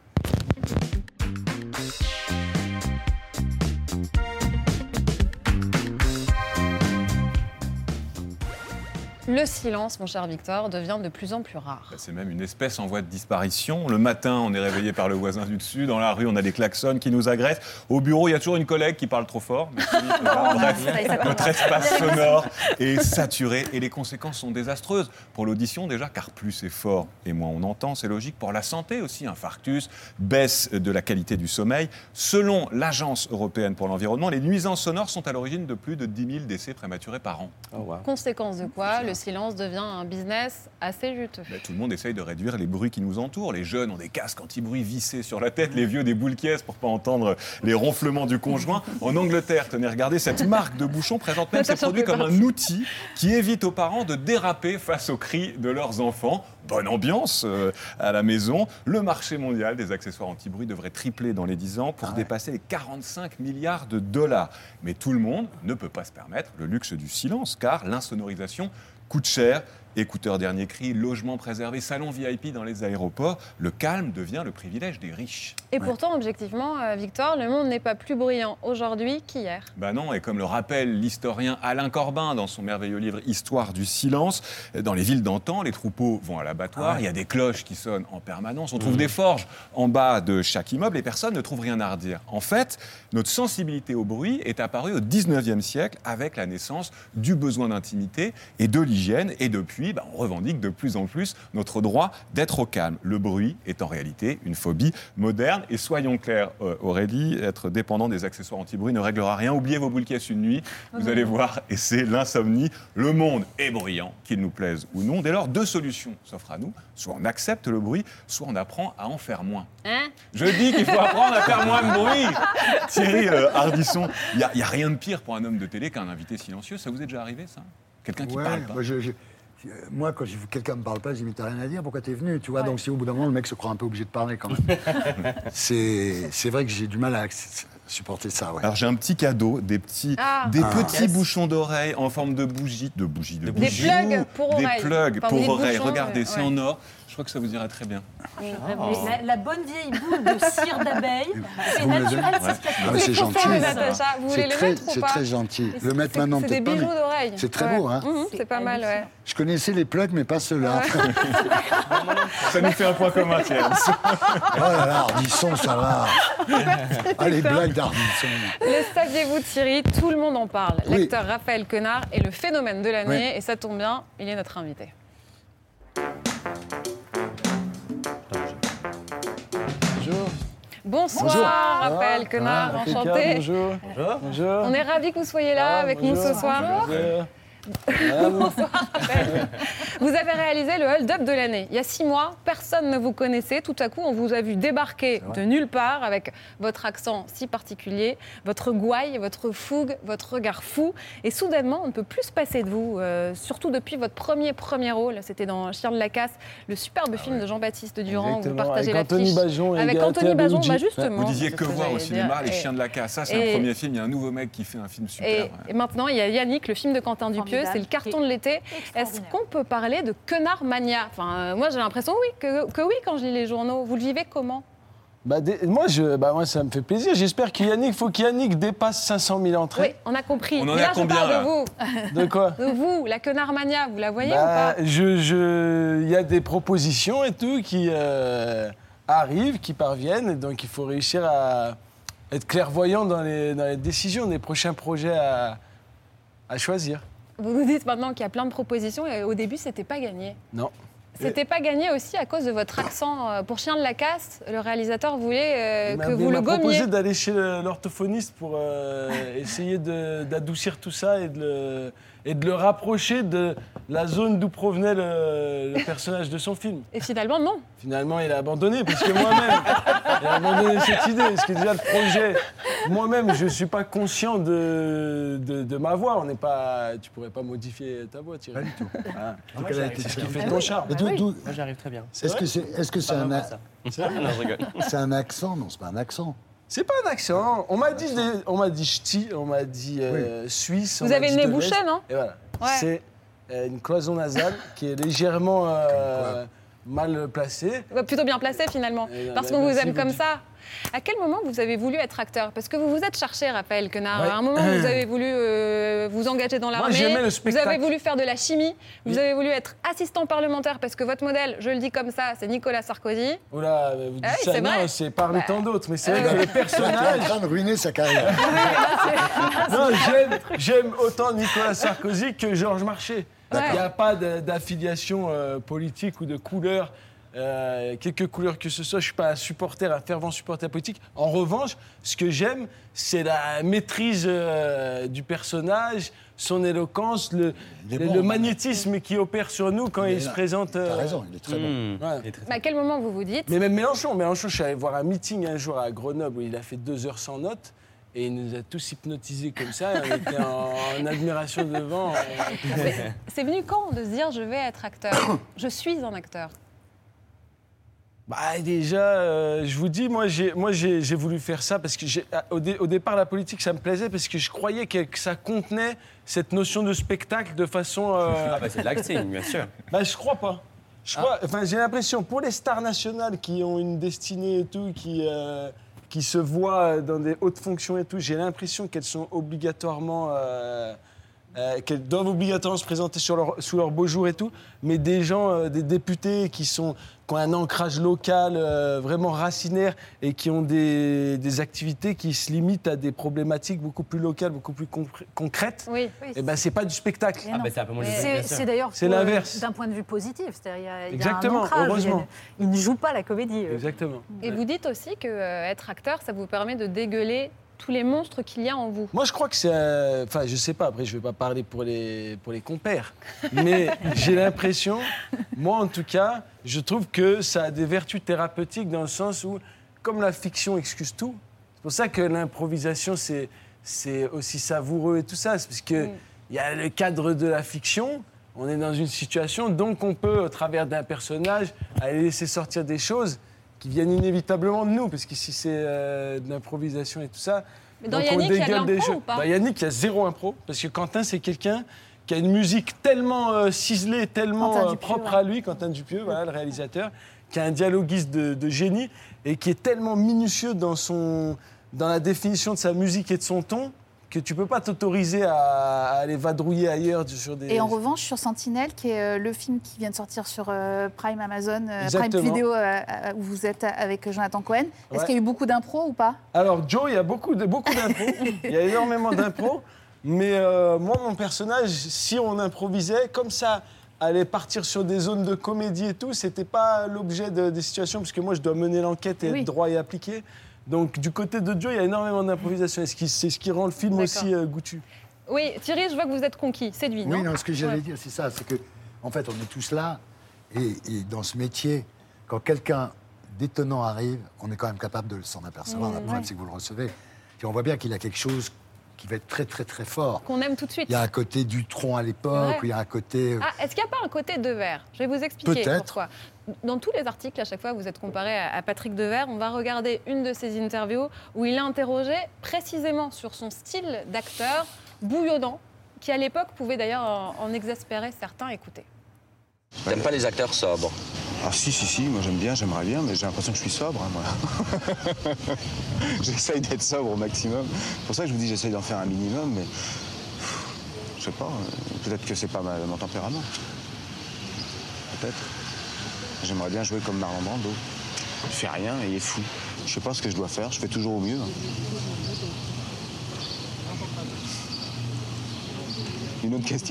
[SPEAKER 1] Le silence, mon cher Victor, devient de plus en plus rare.
[SPEAKER 10] C'est même une espèce en voie de disparition. Le matin, on est réveillé par le voisin du dessus. Dans la rue, on a des klaxons qui nous agressent. Au bureau, il y a toujours une collègue qui parle trop fort. Mais bref, notre espace sonore est saturé et les conséquences sont désastreuses. Pour l'audition déjà, car plus c'est fort et moins on entend, c'est logique. Pour la santé aussi, infarctus, baisse de la qualité du sommeil. Selon l'Agence européenne pour l'environnement, les nuisances sonores sont à l'origine de plus de 10 000 décès prématurés par an.
[SPEAKER 1] Conséquence de quoi? Le silence devient un business assez juteux.
[SPEAKER 10] Tout le monde essaye de réduire les bruits qui nous entourent. Les jeunes ont des casques anti-bruit vissés sur la tête, les vieux des boules caisses pour ne pas entendre les ronflements du conjoint. En Angleterre, tenez, regardez, cette marque de bouchon présente même ses produits comme un outil qui évite aux parents de déraper face aux cris de leurs enfants. Bonne ambiance à la maison. Le marché mondial des accessoires anti-bruit devrait tripler dans les 10 ans pour dépasser les 45 milliards de dollars. Mais tout le monde ne peut pas se permettre le luxe du silence, car l'insonorisation coûte cher. Écouteurs dernier cri, logements préservés, salons VIP dans les aéroports, le calme devient le privilège des riches.
[SPEAKER 1] Et pourtant, objectivement, Victor, le monde n'est pas plus bruyant aujourd'hui qu'hier.
[SPEAKER 10] Non, et comme le rappelle l'historien Alain Corbin dans son merveilleux livre « Histoire du silence », dans les villes d'antan, les troupeaux vont à l'abattoir, il y a des cloches qui sonnent en permanence, on trouve des forges en bas de chaque immeuble et personne ne trouve rien à redire. En fait, notre sensibilité au bruit est apparue au 19e siècle avec la naissance du besoin d'intimité et de l'hygiène, et depuis puis, on revendique de plus en plus notre droit d'être au calme. Le bruit est en réalité une phobie moderne. Et soyons clairs, Aurélie, être dépendant des accessoires anti-bruit ne réglera rien. Oubliez vos boules qui cassent une nuit, vous allez voir, et c'est l'insomnie. Le monde est bruyant, qu'il nous plaise ou non. Dès lors, deux solutions s'offrent à nous. Soit on accepte le bruit, soit on apprend à en faire moins. Je dis qu'il faut apprendre à faire moins de bruit. Thierry Ardisson, il n'y a rien de pire pour un homme de télé qu'un invité silencieux. Ça vous est déjà arrivé, ça? Quelqu'un qui parle pas.
[SPEAKER 4] Moi, quand quelqu'un me parle pas, je dis mais t'as rien à dire, pourquoi t'es venu, tu vois? Donc si au bout d'un moment le mec se croit un peu obligé de parler quand même. C'est vrai que j'ai du mal à supporter ça. Ouais.
[SPEAKER 10] Alors j'ai un petit cadeau, des petits bouchons d'oreilles en forme de bougie, des
[SPEAKER 1] plugs pour oreilles.
[SPEAKER 10] Des plugs pour oreilles. Regardez, c'est en or. Je crois que ça vous irait très bien.
[SPEAKER 15] La bonne vieille boule de cire d'abeille, c'est naturel, c'est ce qu'il y a.
[SPEAKER 4] C'est gentil.
[SPEAKER 1] Vous voulez les mettre ou pas?
[SPEAKER 4] C'est très gentil. Le mettre maintenant, peut-être pas.
[SPEAKER 1] C'est des bijoux d'oreilles.
[SPEAKER 4] C'est très beau, hein?
[SPEAKER 1] C'est pas mal, ouais.
[SPEAKER 4] Je connaissais les plugs, mais pas ceux-là.
[SPEAKER 10] Ça nous fait un point commun, Thierry.
[SPEAKER 4] Oh là là, Ardisson, ça va. Les blagues d'Ardisson.
[SPEAKER 1] Le saviez-vous, Thierry? Tout le monde en parle. L'acteur Raphaël Quenard est le phénomène de l'année, et ça tombe bien, il est notre invité. Bonsoir, Raphaël Quenard, enchanté.
[SPEAKER 16] Bonjour.
[SPEAKER 1] On est ravis que vous soyez là avec nous ce soir. Bonsoir, Raphaël. Vous avez réalisé le hold-up de l'année. Il y a 6 mois, personne ne vous connaissait. Tout à coup, on vous a vu débarquer de nulle part avec votre accent si particulier, votre gouaille, votre fougue, votre regard fou. Et soudainement, on ne peut plus se passer de vous, surtout depuis votre premier rôle. C'était dans Chien de la Casse, le superbe film de Jean-Baptiste Durand. Où vous partagez l'affiche avec Anthony Bajon, justement.
[SPEAKER 10] Vous disiez que voir au cinéma, Les Chiens de la Casse. Ça, c'est un premier film. Il y a un nouveau mec qui fait un film super.
[SPEAKER 1] Et maintenant, il y a Yannick, le film de Quentin Dupieux. C'est le carton de l'été. Est-ce qu'on peut parler de Quenard mania? Enfin, moi, j'ai l'impression que oui, quand je lis les journaux. Vous le vivez comment?
[SPEAKER 16] Moi, ça me fait plaisir. J'espère qu'Yannick dépasse 500 000 entrées.
[SPEAKER 1] Oui, on a compris.
[SPEAKER 10] On en est à combien,
[SPEAKER 1] je parle
[SPEAKER 10] là
[SPEAKER 1] de vous.
[SPEAKER 16] De quoi?
[SPEAKER 1] De vous, la Quenard mania. Vous la voyez ou pas?
[SPEAKER 16] Il y a des propositions et tout qui arrivent, qui parviennent. Et donc, il faut réussir à être clairvoyant dans les décisions des prochains projets à choisir.
[SPEAKER 1] Vous nous dites maintenant qu'il y a plein de propositions et au début, c'était pas gagné.
[SPEAKER 16] Non.
[SPEAKER 1] C'était pas gagné aussi à cause de votre accent. Pour Chien de la Casse, le réalisateur voulait que vous le gommiez.
[SPEAKER 16] Il m'a proposé d'aller chez l'orthophoniste pour essayer d'adoucir tout ça et de le rapprocher de la zone d'où provenait le personnage de son film.
[SPEAKER 1] Et finalement, non.
[SPEAKER 16] Finalement, il a abandonné, parce que moi-même, il a abandonné cette idée. Parce que déjà, le projet, moi-même, je ne suis pas conscient de ma voix. Tu ne pourrais pas modifier ta voix, Thierry.
[SPEAKER 4] Pas du tout.
[SPEAKER 16] Ah. C'est ce qui fait ton charme.
[SPEAKER 7] Moi, j'arrive très bien.
[SPEAKER 4] Est-ce que c'est un accent? C'est un accent? Non, c'est pas un accent.
[SPEAKER 16] C'est pas un accent. On m'a dit ch'ti, on m'a dit suisse.
[SPEAKER 1] Vous avez le nez bouché, non?
[SPEAKER 16] Et voilà. Ouais. C'est une cloison nasale qui est légèrement mal placée.
[SPEAKER 1] Plutôt bien placée, finalement. Parce qu'on vous aime comme ça. À quel moment vous avez voulu être acteur? Parce que vous vous êtes cherché, Raphaël Quenard. À un moment, vous avez voulu vous engager dans l'armée. Vous avez voulu faire de la chimie. Vous avez voulu être assistant parlementaire parce que votre modèle, je le dis comme ça, c'est Nicolas Sarkozy.
[SPEAKER 16] Oula, vous dites ça, non, c'est parmi tant d'autres. Mais c'est vrai que le personnage...
[SPEAKER 4] Il est en train de ruiner sa carrière.
[SPEAKER 16] Non, j'aime autant Nicolas Sarkozy que Georges Marchais. Il n'y a pas d'affiliation politique ou de couleur. Quelque couleur que ce soit, je ne suis pas un fervent supporter politique. En revanche, ce que j'aime, c'est la maîtrise du personnage, son éloquence, le magnétisme qui opère sur nous quand il se présente.
[SPEAKER 4] T'as raison, il est très bon.
[SPEAKER 1] Ouais. À quel moment vous vous dites?
[SPEAKER 16] Mais même Mélenchon, je suis allé voir un meeting un jour à Grenoble où il a fait 2 heures sans notes. Et il nous a tous hypnotisés comme ça, on était en admiration devant.
[SPEAKER 1] C'est venu quand de se dire je vais être acteur? Je suis un acteur.
[SPEAKER 16] Déjà, je vous dis, moi j'ai voulu faire ça parce que au départ la politique ça me plaisait parce que je croyais que ça contenait cette notion de spectacle de façon.
[SPEAKER 3] C'est de l'acting, bien sûr.
[SPEAKER 16] Je crois pas. J'ai l'impression pour les stars nationales qui ont une destinée et tout, qui se voient dans des hautes fonctions et tout, j'ai l'impression qu'elles sont obligatoirement qui doivent obligatoirement se présenter sous leur beau jour et tout, mais des gens, des députés qui ont un ancrage local vraiment racinaire et qui ont des activités qui se limitent à des problématiques beaucoup plus locales, beaucoup plus concrètes, et ben c'est pas du spectacle.
[SPEAKER 15] C'est d'ailleurs
[SPEAKER 16] l'inverse.
[SPEAKER 15] D'un point de vue positif, c'est-à-dire il y a
[SPEAKER 16] Exactement,
[SPEAKER 15] un ancrage,
[SPEAKER 16] heureusement.
[SPEAKER 15] Il ne joue pas la comédie.
[SPEAKER 16] Exactement.
[SPEAKER 1] Et vous dites aussi qu'être acteur, ça vous permet de dégueuler tous les monstres qu'il y a en vous.
[SPEAKER 16] Moi, je crois que c'est... Enfin, je sais pas, après, je vais pas parler pour les compères, mais j'ai l'impression, moi en tout cas, je trouve que ça a des vertus thérapeutiques dans le sens où, comme la fiction excuse tout, c'est pour ça que l'improvisation, c'est aussi savoureux et tout ça, c'est parce qu'il y a le cadre de la fiction, on est dans une situation, donc on peut, au travers d'un personnage, aller laisser sortir des choses qui viennent inévitablement de nous, parce qu'ici c'est de l'improvisation et tout ça.
[SPEAKER 1] Mais dans Yannick, il y a de l'impro ou pas ?
[SPEAKER 16] Dans Yannick, il y a zéro impro, parce que Quentin, c'est quelqu'un qui a une musique tellement ciselée, tellement propre à lui, Quentin Dupieux, voilà, le réalisateur, qui a un dialoguiste de génie, et qui est tellement minutieux dans la définition de sa musique et de son ton, que tu peux pas t'autoriser à aller vadrouiller ailleurs sur des...
[SPEAKER 2] Et en revanche, sur Sentinelle, qui est le film qui vient de sortir sur Prime Amazon,
[SPEAKER 16] Exactement.
[SPEAKER 2] Prime Video, où vous êtes avec Jonathan Cohen. Est-ce qu'il y a eu beaucoup d'impro ou pas ?
[SPEAKER 16] Alors, Joe, il y a beaucoup d'impro. Il y a énormément d'impro. Mais moi, mon personnage, si on improvisait, comme ça allait partir sur des zones de comédie et tout, c'était pas l'objet des situations, parce que moi, je dois mener l'enquête et être droit et appliqué. Donc, du côté de Joe, il y a énormément d'improvisation. C'est ce qui rend le film aussi goûtu.
[SPEAKER 1] Oui, Thierry, je vois que vous êtes conquis, séduit, non ?
[SPEAKER 4] Oui, non, ce que j'allais dire, c'est ça. C'est que, en fait, on est tous là. Et dans ce métier, quand quelqu'un d'étonnant arrive, on est quand même capable de s'en apercevoir. La preuve, c'est que vous le recevez. Et on voit bien qu'il a quelque chose qui va être très, très, très fort.
[SPEAKER 1] Qu'on aime tout de suite.
[SPEAKER 4] Il y a un côté Dutronc à l'époque, il y a un côté...
[SPEAKER 1] Est-ce qu'il n'y a pas un côté Devers ? Je vais vous expliquer pourquoi. Dans tous les articles, à chaque fois, vous êtes comparé à Patrick Devers. On va regarder une de ses interviews où il est interrogé précisément sur son style d'acteur bouillonnant, qui à l'époque pouvait d'ailleurs en exaspérer certains. Écoutez.
[SPEAKER 7] T'aimes pas les acteurs sobres ?
[SPEAKER 17] Ah si, moi j'aime bien, j'aimerais bien, mais j'ai l'impression que je suis sobre, hein, moi. J'essaye d'être sobre au maximum. C'est pour ça que je vous dis j'essaye d'en faire un minimum, mais... Je sais pas, peut-être que c'est pas mon tempérament. Peut-être. J'aimerais bien jouer comme Marlon Brando. Il fait rien et il est fou. Je sais pas ce que je dois faire, je fais toujours au mieux. Une autre question ?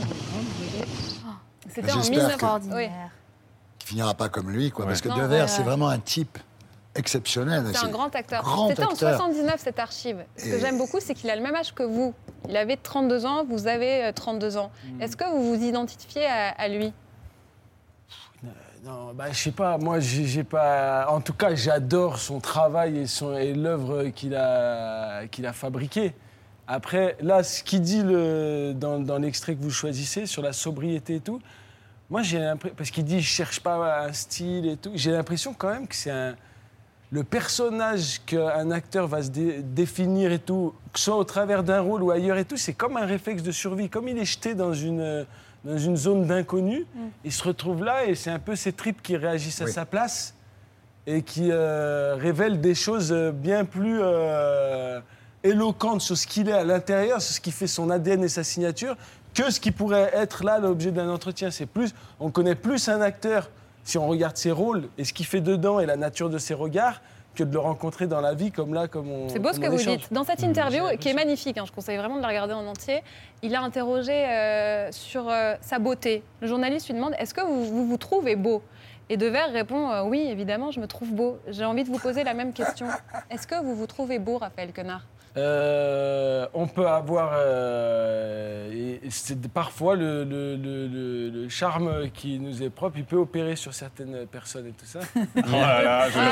[SPEAKER 1] C'était en 19ordinaire.
[SPEAKER 4] Qui finira pas comme lui, quoi. Parce que Devers, c'est vraiment un type exceptionnel.
[SPEAKER 1] C'est un grand acteur. C'était en 79, cette archive. Ce que j'aime beaucoup, c'est qu'il a le même âge que vous. Il avait 32 ans, vous avez 32 ans. Est-ce que vous vous identifiez à lui ?
[SPEAKER 16] Non, je sais pas. Moi, j'ai pas. En tout cas, j'adore son travail et l'œuvre qu'il a fabriquée. Après, là, ce qu'il dit dans l'extrait que vous choisissez sur la sobriété et tout, moi, j'ai l'impression, parce qu'il dit je cherche pas un style et tout, j'ai l'impression quand même que c'est le personnage qu'un acteur va se définir et tout, que ce soit au travers d'un rôle ou ailleurs et tout, c'est comme un réflexe de survie. Comme il est jeté dans une zone d'inconnu, il se retrouve là et c'est un peu ses tripes qui réagissent à sa place et qui révèlent des choses bien plus éloquentes sur ce qu'il est à l'intérieur, sur ce qui fait son ADN et sa signature, que ce qui pourrait être là l'objet d'un entretien. On connaît plus un acteur si on regarde ses rôles et ce qu'il fait dedans et la nature de ses regards, que de le rencontrer dans la vie comme on...
[SPEAKER 1] C'est beau ce que vous dites. Dans cette interview, qui est magnifique, je conseille vraiment de la regarder en entier, il a interrogé sur sa beauté. Le journaliste lui demande « Est-ce que vous vous trouvez beau ?» Et Devers répond « Oui, évidemment, je me trouve beau. » J'ai envie de vous poser la même question. Est-ce que vous vous trouvez beau, Raphaël Quenard ?
[SPEAKER 16] On peut avoir parfois le charme qui nous est propre, il peut opérer sur certaines personnes et tout ça.
[SPEAKER 10] Oh là là, je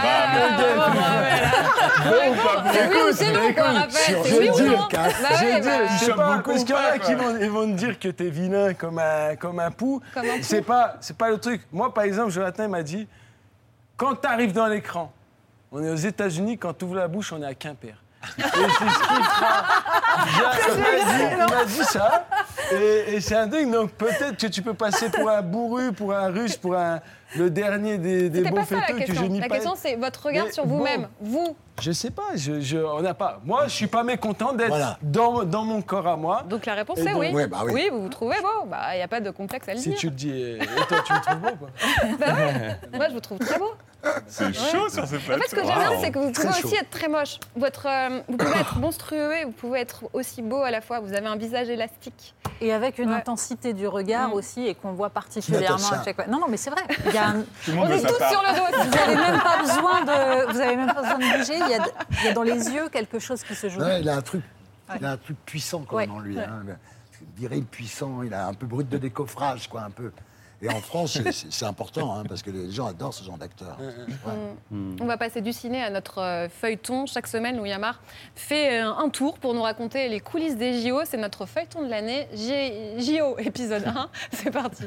[SPEAKER 10] le
[SPEAKER 1] C'est bon, quoi, Raphaël.
[SPEAKER 16] Je sais pas, parce qu'il y en a qui vont te dire que t'es vilain comme un pou. C'est pas le truc. Moi, par exemple, Jonathan m'a dit, quand t'arrives dans l'écran, on est aux États-Unis, quand t'ouvres la bouche, on est à Quimper. Et c'est ce qu'il fera. Il m'a dit ça. Et c'est un truc, donc peut-être que tu peux passer pour un bourru, pour un russe, pour un le dernier des
[SPEAKER 1] C'était
[SPEAKER 16] bons
[SPEAKER 1] pas ça la
[SPEAKER 16] fêteux que je
[SPEAKER 1] question.
[SPEAKER 16] n'y
[SPEAKER 1] La
[SPEAKER 16] pas.
[SPEAKER 1] question, c'est votre regard
[SPEAKER 16] Mais
[SPEAKER 1] sur
[SPEAKER 16] bon,
[SPEAKER 1] vous-même. Vous.
[SPEAKER 16] Je sais pas, on n'a pas. Moi, je suis pas mécontent d'être
[SPEAKER 4] Voilà.
[SPEAKER 16] dans mon corre à moi.
[SPEAKER 1] Donc la réponse
[SPEAKER 16] Et
[SPEAKER 1] c'est
[SPEAKER 16] donc-
[SPEAKER 1] oui.
[SPEAKER 4] Ouais, bah oui.
[SPEAKER 1] Oui, vous vous trouvez beau. Bah, il n'y a pas de complexe à le
[SPEAKER 16] Si
[SPEAKER 1] dire.
[SPEAKER 16] tu le dis, et toi, tu me trouves beau, quoi.
[SPEAKER 1] Bah ouais. Moi, je vous trouve très beau.
[SPEAKER 10] C'est chaud sur ces
[SPEAKER 1] En
[SPEAKER 10] plateaux.
[SPEAKER 1] fait, ce que j'aime bien,
[SPEAKER 10] Wow.
[SPEAKER 1] c'est que vous
[SPEAKER 4] Très
[SPEAKER 1] pouvez
[SPEAKER 4] chaud.
[SPEAKER 1] aussi être très moche. Vous pouvez être monstrueux et vous pouvez être aussi beau à la fois. Vous avez un visage élastique.
[SPEAKER 15] Et avec une
[SPEAKER 1] Ouais.
[SPEAKER 15] intensité du regard aussi, et qu'on voit particulièrement
[SPEAKER 4] Natacha.
[SPEAKER 15] à chaque fois. Non, mais c'est vrai. Il y a un-
[SPEAKER 10] Tout le monde
[SPEAKER 1] On
[SPEAKER 10] veut
[SPEAKER 1] est
[SPEAKER 10] sa
[SPEAKER 1] tous
[SPEAKER 10] part.
[SPEAKER 1] sur le dos.
[SPEAKER 15] Vous n'avez même pas besoin de bouger. Il y a dans les yeux quelque chose qui se joue.
[SPEAKER 4] Ouais, il a un truc puissant quand même
[SPEAKER 15] Ouais.
[SPEAKER 4] en lui.
[SPEAKER 15] Ouais.
[SPEAKER 4] Hein. Viril puissant, il a un peu brut de décoffrage, quoi, un peu. Et en France, c'est important, hein, parce que les gens adorent ce genre d'acteur. Ouais.
[SPEAKER 1] On va passer du ciné à notre feuilleton. Chaque semaine, Louis Amar fait un tour pour nous raconter les coulisses des JO. C'est notre feuilleton de l'année, JO épisode 1. C'est parti.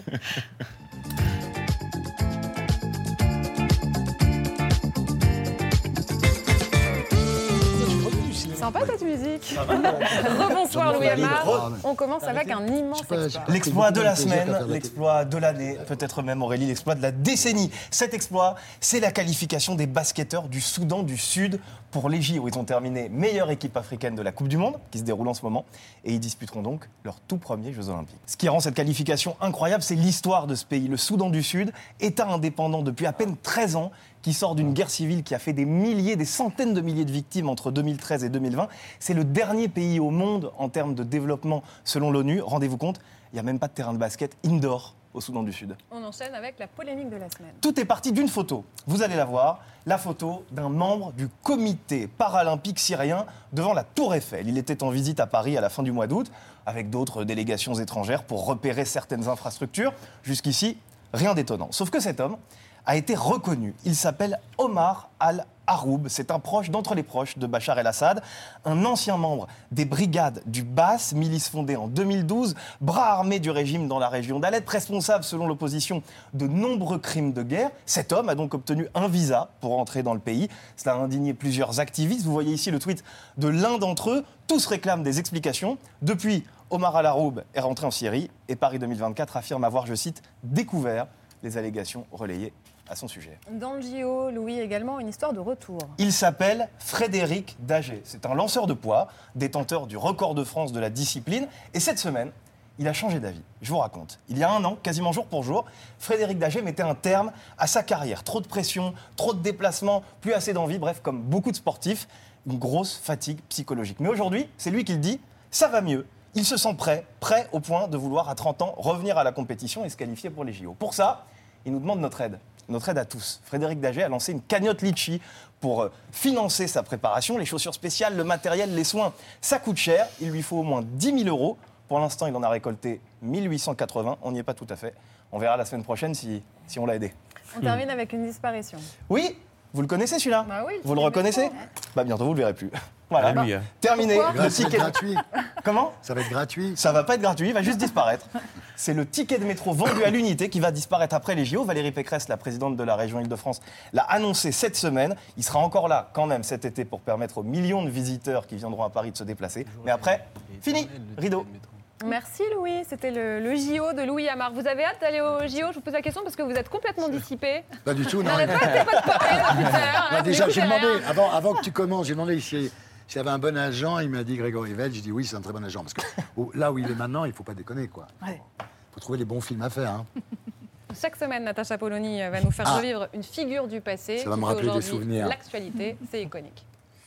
[SPEAKER 1] Sympa cette musique. Rebonsoir Louis Amar. On commence avec un immense exploit.
[SPEAKER 18] L'exploit de la semaine, l'exploit de l'année, peut-être même Aurélie, l'exploit de la décennie. Cet exploit, c'est la qualification des basketteurs du Soudan du Sud pour les JO. Ils ont terminé meilleure équipe africaine de la Coupe du Monde, qui se déroule en ce moment, et ils disputeront donc leurs tout premiers Jeux Olympiques. Ce qui rend cette qualification incroyable, c'est l'histoire de ce pays. Le Soudan du Sud, État indépendant depuis à peine 13 ans, qui sort d'une guerre civile qui a fait des milliers, des centaines de milliers de victimes entre 2013 et 2020. C'est le dernier pays au monde en termes de développement selon l'ONU. Rendez-vous compte, il n'y a même pas de terrain de basket indoor au Soudan du Sud.
[SPEAKER 1] On enchaîne avec la polémique de la semaine.
[SPEAKER 18] Tout est parti d'une photo. Vous allez la voir, la photo d'un membre du comité paralympique syrien devant la Tour Eiffel. Il était en visite à Paris à la fin du mois d'août avec d'autres délégations étrangères pour repérer certaines infrastructures. Jusqu'ici, rien d'étonnant. Sauf que cet homme a été reconnu. Il s'appelle Omar Al-Haroub. C'est un proche d'entre les proches de Bachar el-Assad, un ancien membre des brigades du Baas, milice fondée en 2012, bras armé du régime dans la région d'Alep, responsable selon l'opposition de nombreux crimes de guerre. Cet homme a donc obtenu un visa pour entrer dans le pays. Cela a indigné plusieurs activistes. Vous voyez ici le tweet de l'un d'entre eux. Tous réclament des explications. Depuis, Omar Al-Haroub est rentré en Syrie et Paris 2024 affirme avoir, je cite, découvert les allégations relayées à son sujet.
[SPEAKER 1] Dans le JO, Louis, également une histoire de retour.
[SPEAKER 18] Il s'appelle Frédéric Daget. C'est un lanceur de poids, détenteur du record de France de la discipline. Et cette semaine, il a changé d'avis. Je vous raconte. Il y a un an, quasiment jour pour jour, Frédéric Daget mettait un terme à sa carrière. Trop de pression, trop de déplacements, plus assez d'envie. Bref, comme beaucoup de sportifs, une grosse fatigue psychologique. Mais aujourd'hui, c'est lui qui le dit, ça va mieux. Il se sent prêt au point de vouloir, à 30 ans, revenir à la compétition et se qualifier pour les JO. Pour ça, il nous demande notre aide à tous. Frédéric Daget a lancé une cagnotte Litchi pour financer sa préparation, les chaussures spéciales, le matériel, les soins. Ça coûte cher, il lui faut au moins 10 000 euros. Pour l'instant, il en a récolté 1 880, on n'y est pas tout à fait. On verra la semaine prochaine si on l'a aidé.
[SPEAKER 1] On termine avec une disparition.
[SPEAKER 18] Oui, vous le connaissez celui-là?
[SPEAKER 1] Bah oui,
[SPEAKER 18] vous le reconnaissez? Bah bientôt, vous ne le verrez plus. Voilà,
[SPEAKER 3] Alléluia.
[SPEAKER 18] Terminé.
[SPEAKER 4] Pourquoi
[SPEAKER 18] Le ticket
[SPEAKER 4] gratuit.
[SPEAKER 18] Comment?
[SPEAKER 4] Ça va être gratuit.
[SPEAKER 18] Ça va pas être gratuit, il va juste disparaître. C'est le ticket de métro vendu à l'unité qui va disparaître après les JO. Valérie Pécresse, la présidente de la région Île-de-France, l'a annoncé cette semaine. Il sera encore là quand même cet été pour permettre aux millions de visiteurs qui viendront à Paris de se déplacer. Mais après, fini, rideau.
[SPEAKER 1] Merci Louis, c'était le JO de Louis Amar. Vous avez hâte d'aller au JO? Je vous pose la question parce que vous êtes complètement dissipé.
[SPEAKER 4] Pas du tout, non.
[SPEAKER 1] N'arrêtez pas de parler depuis tout à l'heure,
[SPEAKER 4] Bah,
[SPEAKER 1] hein,
[SPEAKER 4] déjà,
[SPEAKER 1] vous
[SPEAKER 4] j'ai
[SPEAKER 1] écoutez
[SPEAKER 4] demandé,
[SPEAKER 1] rien.
[SPEAKER 4] avant que tu commences, j'ai demandé s'il y avait un bon agent. Il m'a dit Grégory Vetch. J'ai dit oui, c'est un très bon agent. Parce que là où il est maintenant, il ne faut pas déconner, quoi. Il faut trouver les bons films à faire. Hein.
[SPEAKER 1] Chaque semaine, Natacha Polony va nous faire revivre une figure du passé.
[SPEAKER 4] Ça va
[SPEAKER 1] qui
[SPEAKER 4] me
[SPEAKER 1] fait
[SPEAKER 4] rappeler des
[SPEAKER 1] aujourd'hui
[SPEAKER 4] souvenirs.
[SPEAKER 1] L'actualité, c'est iconique.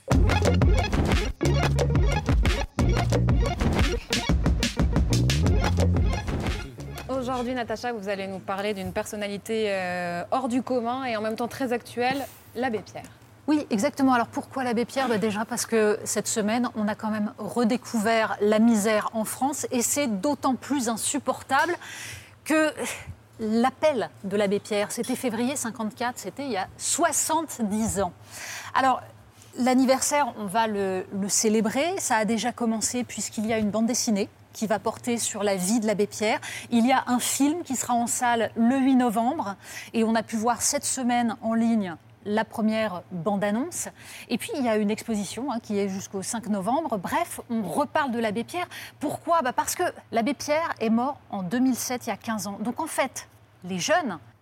[SPEAKER 1] Aujourd'hui, Natacha, vous allez nous parler d'une personnalité hors du commun et en même temps très actuelle, l'abbé Pierre.
[SPEAKER 15] Oui, exactement. Alors pourquoi l'abbé Pierre? Déjà parce que cette semaine, on a quand même redécouvert la misère en France et c'est d'autant plus insupportable que l'appel de l'abbé Pierre, c'était février 54, c'était il y a 70 ans. Alors, l'anniversaire, on va le célébrer. Ça a déjà commencé puisqu'il y a une bande dessinée qui va porter sur la vie de l'abbé Pierre. Il y a un film qui sera en salle le 8 novembre et on a pu voir cette semaine en ligne la première bande-annonce. Et puis, il y a une exposition qui est jusqu'au 5 novembre. Bref, on reparle de l'abbé Pierre. Pourquoi? Parce que l'abbé Pierre est mort en 2007, il y a 15 ans. Donc, en fait, les jeunes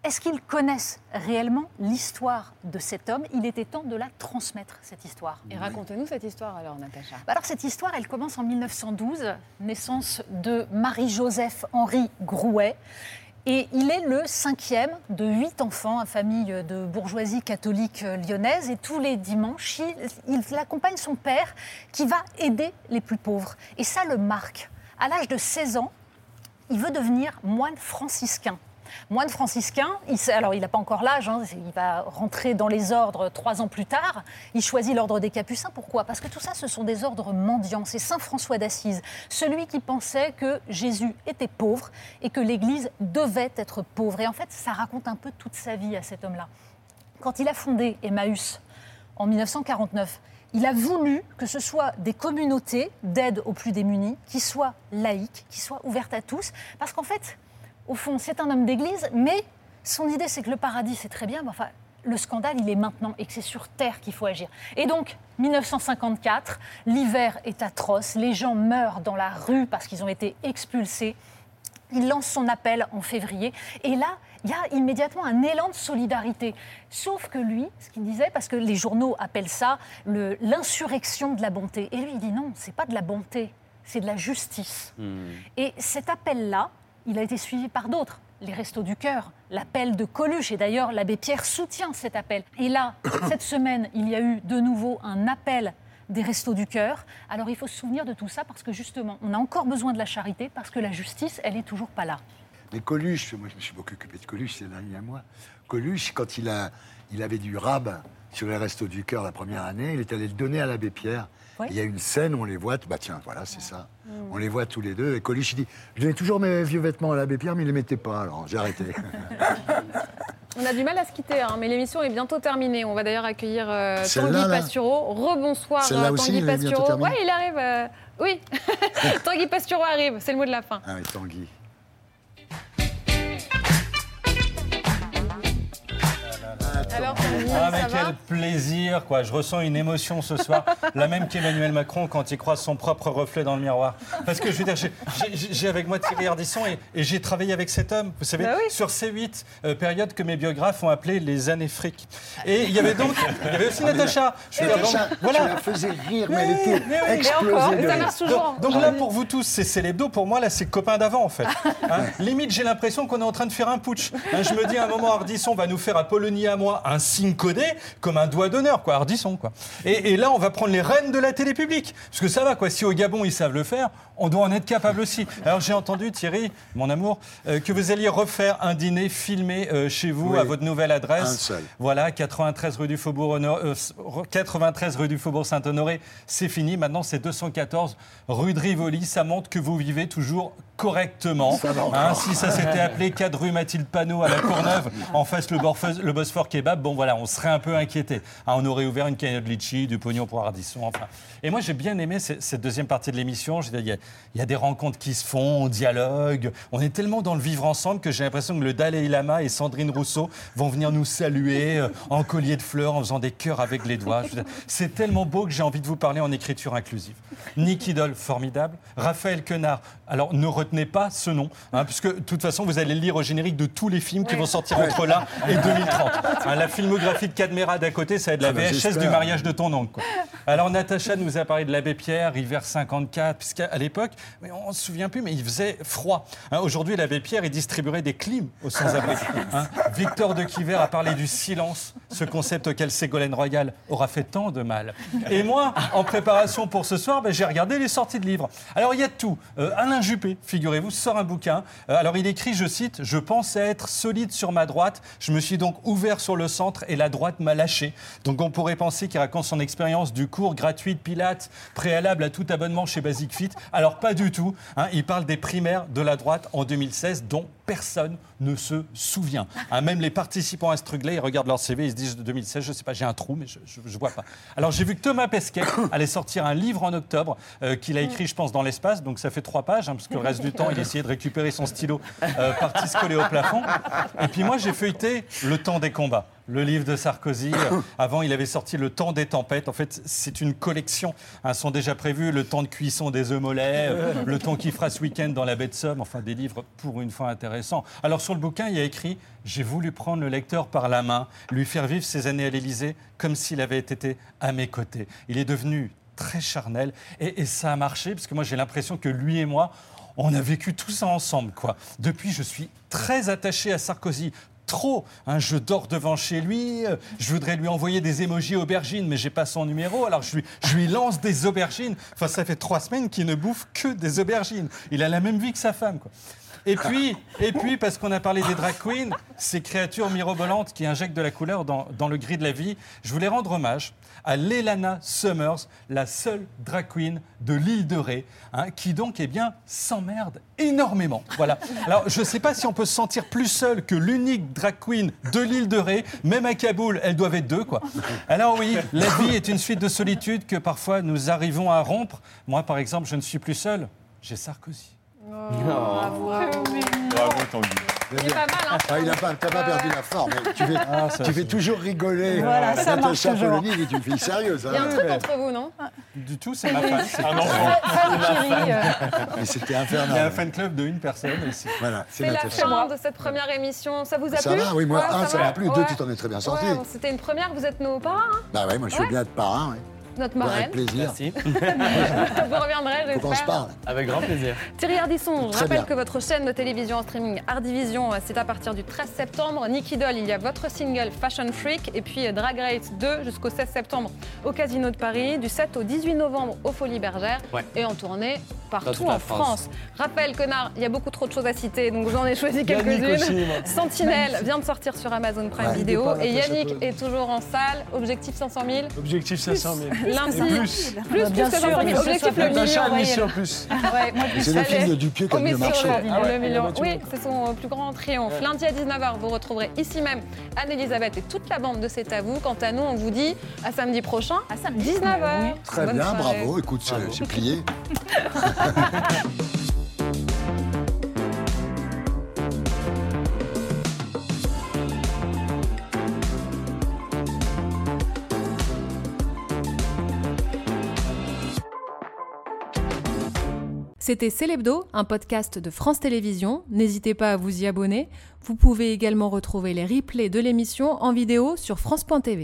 [SPEAKER 15] est-ce qu'ils connaissent réellement l'histoire de cet homme? Il était temps de la transmettre, cette histoire.
[SPEAKER 1] Et racontez-nous cette histoire alors, Natacha.
[SPEAKER 15] Alors cette histoire, elle commence en 1912, naissance de Marie-Joseph Henri Grouet. Et il est le 5e de 8 enfants, une famille de bourgeoisie catholique lyonnaise. Et tous les dimanches, il accompagne son père qui va aider les plus pauvres. Et ça le marque. À l'âge de 16 ans, il veut devenir moine franciscain. Moine franciscain, alors il n'a pas encore l'âge, il va rentrer dans les ordres 3 ans plus tard. Il choisit l'ordre des Capucins. Pourquoi? Parce que tout ça, ce sont des ordres mendiants. C'est Saint François d'Assise, celui qui pensait que Jésus était pauvre et que l'Église devait être pauvre. Et en fait, ça raconte un peu toute sa vie à cet homme-là. Quand il a fondé Emmaüs en 1949, il a voulu que ce soit des communautés d'aide aux plus démunis qui soient laïques, qui soient ouvertes à tous. Parce qu'en fait, au fond, c'est un homme d'église, mais son idée, c'est que le paradis, c'est très bien, mais enfin, le scandale, il est maintenant et que c'est sur Terre qu'il faut agir. Et donc, 1954, l'hiver est atroce, les gens meurent dans la rue parce qu'ils ont été expulsés. Il lance son appel en février, et là, il y a immédiatement un élan de solidarité. Sauf que lui, ce qu'il disait, parce que les journaux appellent ça l'insurrection de la bonté. Et lui, il dit non, c'est pas de la bonté, c'est de la justice. Et cet appel-là, il a été suivi par d'autres, les Restos du Cœur, l'appel de Coluche. Et d'ailleurs, l'abbé Pierre soutient cet appel. Et là, cette semaine, il y a eu de nouveau un appel des Restos du Cœur. Alors, il faut se souvenir de tout ça parce que justement, on a encore besoin de la charité parce que la justice, elle est toujours pas là.
[SPEAKER 4] Mais Coluche, moi je me suis beaucoup occupé de Coluche ces derniers mois. Coluche, quand il avait du rab sur les Restos du Cœur la première année, il est allé le donner à l'abbé Pierre. Oui. Il y a une scène où on les voit, bah tiens, voilà, c'est ça. On les voit tous les deux. Et Coluche, il dit, je donnais toujours mes vieux vêtements à l'abbé Pierre, mais il ne les mettait pas, alors j'ai arrêté.
[SPEAKER 1] On a du mal à se quitter, mais l'émission est bientôt terminée. On va d'ailleurs accueillir Tanguy Pastureau. Rebonsoir, Tanguy Pastureau. Oui, il arrive. Oui, Tanguy Pastureau arrive, c'est le mot de la fin.
[SPEAKER 4] Ah oui, Tanguy.
[SPEAKER 1] Alors,
[SPEAKER 19] mais quel plaisir, quoi. Je ressens une émotion ce soir, la même qu'Emmanuel Macron quand il croise son propre reflet dans le miroir. Parce que je veux dire, j'ai avec moi Thierry Ardisson et j'ai travaillé avec cet homme, vous savez, sur ces 8 périodes que mes biographes ont appelées les années fric. Et il y avait aussi Natacha.
[SPEAKER 4] Natacha, voilà. Tu la faisais rire, mais elle était explosée.
[SPEAKER 1] Ça marche toujours.
[SPEAKER 19] Donc là, pour vous tous, c'est l'hebdo. Pour moi, là, c'est copain d'avant, en fait. Limite, j'ai l'impression qu'on est en train de faire un putsch. Je me dis, à un moment, Ardisson va nous faire à Polony à moi un signe codé comme un doigt d'honneur, quoi, Ardisson, quoi. Et là, on va prendre les rênes de la télé publique. Parce que ça va, quoi. Si au Gabon, ils savent le faire, on doit en être capable aussi. Alors, j'ai entendu, Thierry, mon amour, que vous alliez refaire un dîner filmé chez vous, à votre nouvelle adresse.
[SPEAKER 4] Un seul.
[SPEAKER 19] Voilà, 93 rue du Faubourg Saint-Honoré. C'est fini. Maintenant, c'est 214 rue de Rivoli. Ça montre que vous vivez toujours correctement. Si ça s'était appelé 4 rue Mathilde Panot à la Courneuve, en face le Bosphore Kebab, bon voilà, on serait un peu inquiété. On aurait ouvert une cagnotte litchi, du pognon pour Ardisson, enfin. Et moi, j'ai bien aimé cette deuxième partie de l'émission. Il y a des rencontres qui se font, on dialogue. On est tellement dans le vivre ensemble que j'ai l'impression que le Dalai Lama et Sandrine Rousseau vont venir nous saluer en collier de fleurs, en faisant des cœurs avec les doigts. C'est tellement beau que j'ai envie de vous parler en écriture inclusive. Nick Idol, formidable. Raphaël Quenard. Alors, ne retenez pas ce nom, puisque de toute façon, vous allez le lire au générique de tous les films qui vont sortir entre là et 2030. La filmographie de Cadmera d'à côté, ça va être la VHS du mariage de ton oncle, quoi. Alors, Natacha nous a parlé de l'abbé Pierre, hiver 54, puisqu'à l'époque, on ne se souvient plus, mais il faisait froid. Aujourd'hui, l'abbé Pierre, il distribuerait des clims aux sans-abri. Victor de Quiver a parlé du silence, ce concept auquel Ségolène Royal aura fait tant de mal. Et moi, en préparation pour ce soir, j'ai regardé les sorties de livres. Alors, il y a de tout. Alain Juppé, figurez-vous, sort un bouquin. Alors, il écrit, je cite, « Je pensais être solide sur ma droite. Je me suis donc ouvert sur le centre et la droite m'a lâché. » Donc, on pourrait penser qu'il raconte son expérience du cours gratuit de Pilates, préalable à tout abonnement chez Basic Fit. Alors, pas du tout. Il parle des primaires de la droite en 2016, dont personne ne se souvient. Même les participants instruglés, ils regardent leur CV, ils se disent 2016, je ne sais pas, j'ai un trou, mais je vois pas. Alors, j'ai vu que Thomas Pesquet allait sortir un livre en octobre qu'il a écrit, je pense, dans l'espace. Donc, ça fait 3 pages, parce que le reste du temps, il essayait de récupérer son stylo parti se coller au plafond. Et puis moi, j'ai feuilleté Le temps des combats. Le livre de Sarkozy. Avant, il avait sorti Le Temps des tempêtes. En fait, c'est une collection. Sont déjà prévus le temps de cuisson des œufs mollets, le temps qu'il fera ce week-end dans la baie de Somme. Enfin, des livres pour une fois intéressants. Alors, sur le bouquin, il y a écrit « J'ai voulu prendre le lecteur par la main, lui faire vivre ses années à l'Élysée comme s'il avait été à mes côtés. » Il est devenu très charnel et ça a marché parce que moi, j'ai l'impression que lui et moi, on a vécu tout ça ensemble, quoi. Depuis, je suis très attaché à Sarkozy. Trop. Je dors devant chez lui, je voudrais lui envoyer des émojis aubergines, mais j'ai pas son numéro, alors je lui lance des aubergines. Enfin, ça fait 3 semaines qu'il ne bouffe que des aubergines. Il a la même vie que sa femme, quoi. Et puis, parce qu'on a parlé des drag queens, ces créatures mirobolantes qui injectent de la couleur dans le gris de la vie, je voulais rendre hommage à Leilana Summers, la seule drag queen de l'île de Ré, qui donc, s'emmerde énormément. Voilà. Alors, je ne sais pas si on peut se sentir plus seul que l'unique drag queen de l'île de Ré. Même à Kaboul, elles doivent être 2, quoi. Alors oui, la vie est une suite de solitude que parfois nous arrivons à rompre. Moi, par exemple, je ne suis plus seul, j'ai Sarkozy.
[SPEAKER 1] Bravo.
[SPEAKER 10] Bravo, Tanguy.
[SPEAKER 1] Il est pas mal, hein.
[SPEAKER 4] T'as pas perdu la forme. Tu fais toujours rigoler.
[SPEAKER 15] Voilà, ça marche toujours.
[SPEAKER 4] Polony, et tu me fais sérieux.
[SPEAKER 1] Il y a un truc entre vous, non?
[SPEAKER 19] Du tout, c'est ma femme. C'est
[SPEAKER 10] un enfant.
[SPEAKER 4] Mais c'était infernal.
[SPEAKER 19] Il y a un fan club de 1 personne.
[SPEAKER 4] Voilà,
[SPEAKER 1] c'est la fin de cette première émission. Ça vous a plu?
[SPEAKER 4] Ça va, oui, moi, ça m'a plu. 2, tu t'en es très bien sorti.
[SPEAKER 1] Ouais, c'était une première, vous êtes nos parrains.
[SPEAKER 4] Bah ouais, moi je suis bien de parrain. Ouais.
[SPEAKER 1] Notre marraine.
[SPEAKER 4] Avec plaisir.
[SPEAKER 3] Merci.
[SPEAKER 1] Vous reviendrez, j'espère.
[SPEAKER 4] Faut qu'on se parle.
[SPEAKER 3] Avec grand plaisir.
[SPEAKER 1] Thierry Ardisson, je
[SPEAKER 4] Très
[SPEAKER 1] rappelle
[SPEAKER 4] bien.
[SPEAKER 1] que votre chaîne de télévision en streaming Ardivision, c'est à partir du 13 septembre. Nicky Doll, il y a votre single Fashion Freak. Et puis Drag Race 2 jusqu'au 16 septembre au Casino de Paris. Du 7 au 18 novembre aux Folies Bergères.
[SPEAKER 3] Ouais.
[SPEAKER 1] Et en tournée partout
[SPEAKER 3] toute
[SPEAKER 1] en
[SPEAKER 3] la
[SPEAKER 1] France. Raphaël Quenard, il y a beaucoup trop de choses à citer, donc j'en ai choisi quelques-unes.
[SPEAKER 16] aussi, moi.
[SPEAKER 1] Sentinelle vient de sortir sur Amazon Prime
[SPEAKER 4] Ouais.
[SPEAKER 1] Video.
[SPEAKER 16] N'hésitez pas,
[SPEAKER 1] Et
[SPEAKER 16] Natacha
[SPEAKER 1] Yannick
[SPEAKER 16] Polony.
[SPEAKER 1] est toujours en salle. Objectif 500 000.
[SPEAKER 16] Objectif 500 000.
[SPEAKER 1] Lundi.
[SPEAKER 16] Et plus.
[SPEAKER 1] Plus
[SPEAKER 15] Bien
[SPEAKER 1] que
[SPEAKER 15] sûr,
[SPEAKER 1] 500 000.
[SPEAKER 15] il faut que ce
[SPEAKER 1] Objectif
[SPEAKER 15] soit
[SPEAKER 1] le million.
[SPEAKER 16] Natacha,
[SPEAKER 1] voyez.
[SPEAKER 16] mission plus.
[SPEAKER 1] Ouais, moi,
[SPEAKER 4] Et c'est le film de Dupieux qui a
[SPEAKER 1] on
[SPEAKER 4] mieux
[SPEAKER 1] met
[SPEAKER 4] marché.
[SPEAKER 1] sur
[SPEAKER 16] Ah ouais,
[SPEAKER 1] le million.
[SPEAKER 16] il a battu
[SPEAKER 1] Oui,
[SPEAKER 16] beaucoup.
[SPEAKER 1] c'est son plus grand triomphe. Lundi à 19h, vous retrouverez ici même Anne-Elisabeth et toute la bande de C'est à vous. Quant à nous, on vous dit à samedi prochain, à 19h.
[SPEAKER 4] Très
[SPEAKER 1] Bonne
[SPEAKER 4] bien,
[SPEAKER 1] soirée.
[SPEAKER 4] bravo. Écoute, c'est plié.
[SPEAKER 1] C'était C'est l'Hebdo, un podcast de France Télévisions. N'hésitez pas à vous y abonner. Vous pouvez également retrouver les replays de l'émission en vidéo sur France.tv.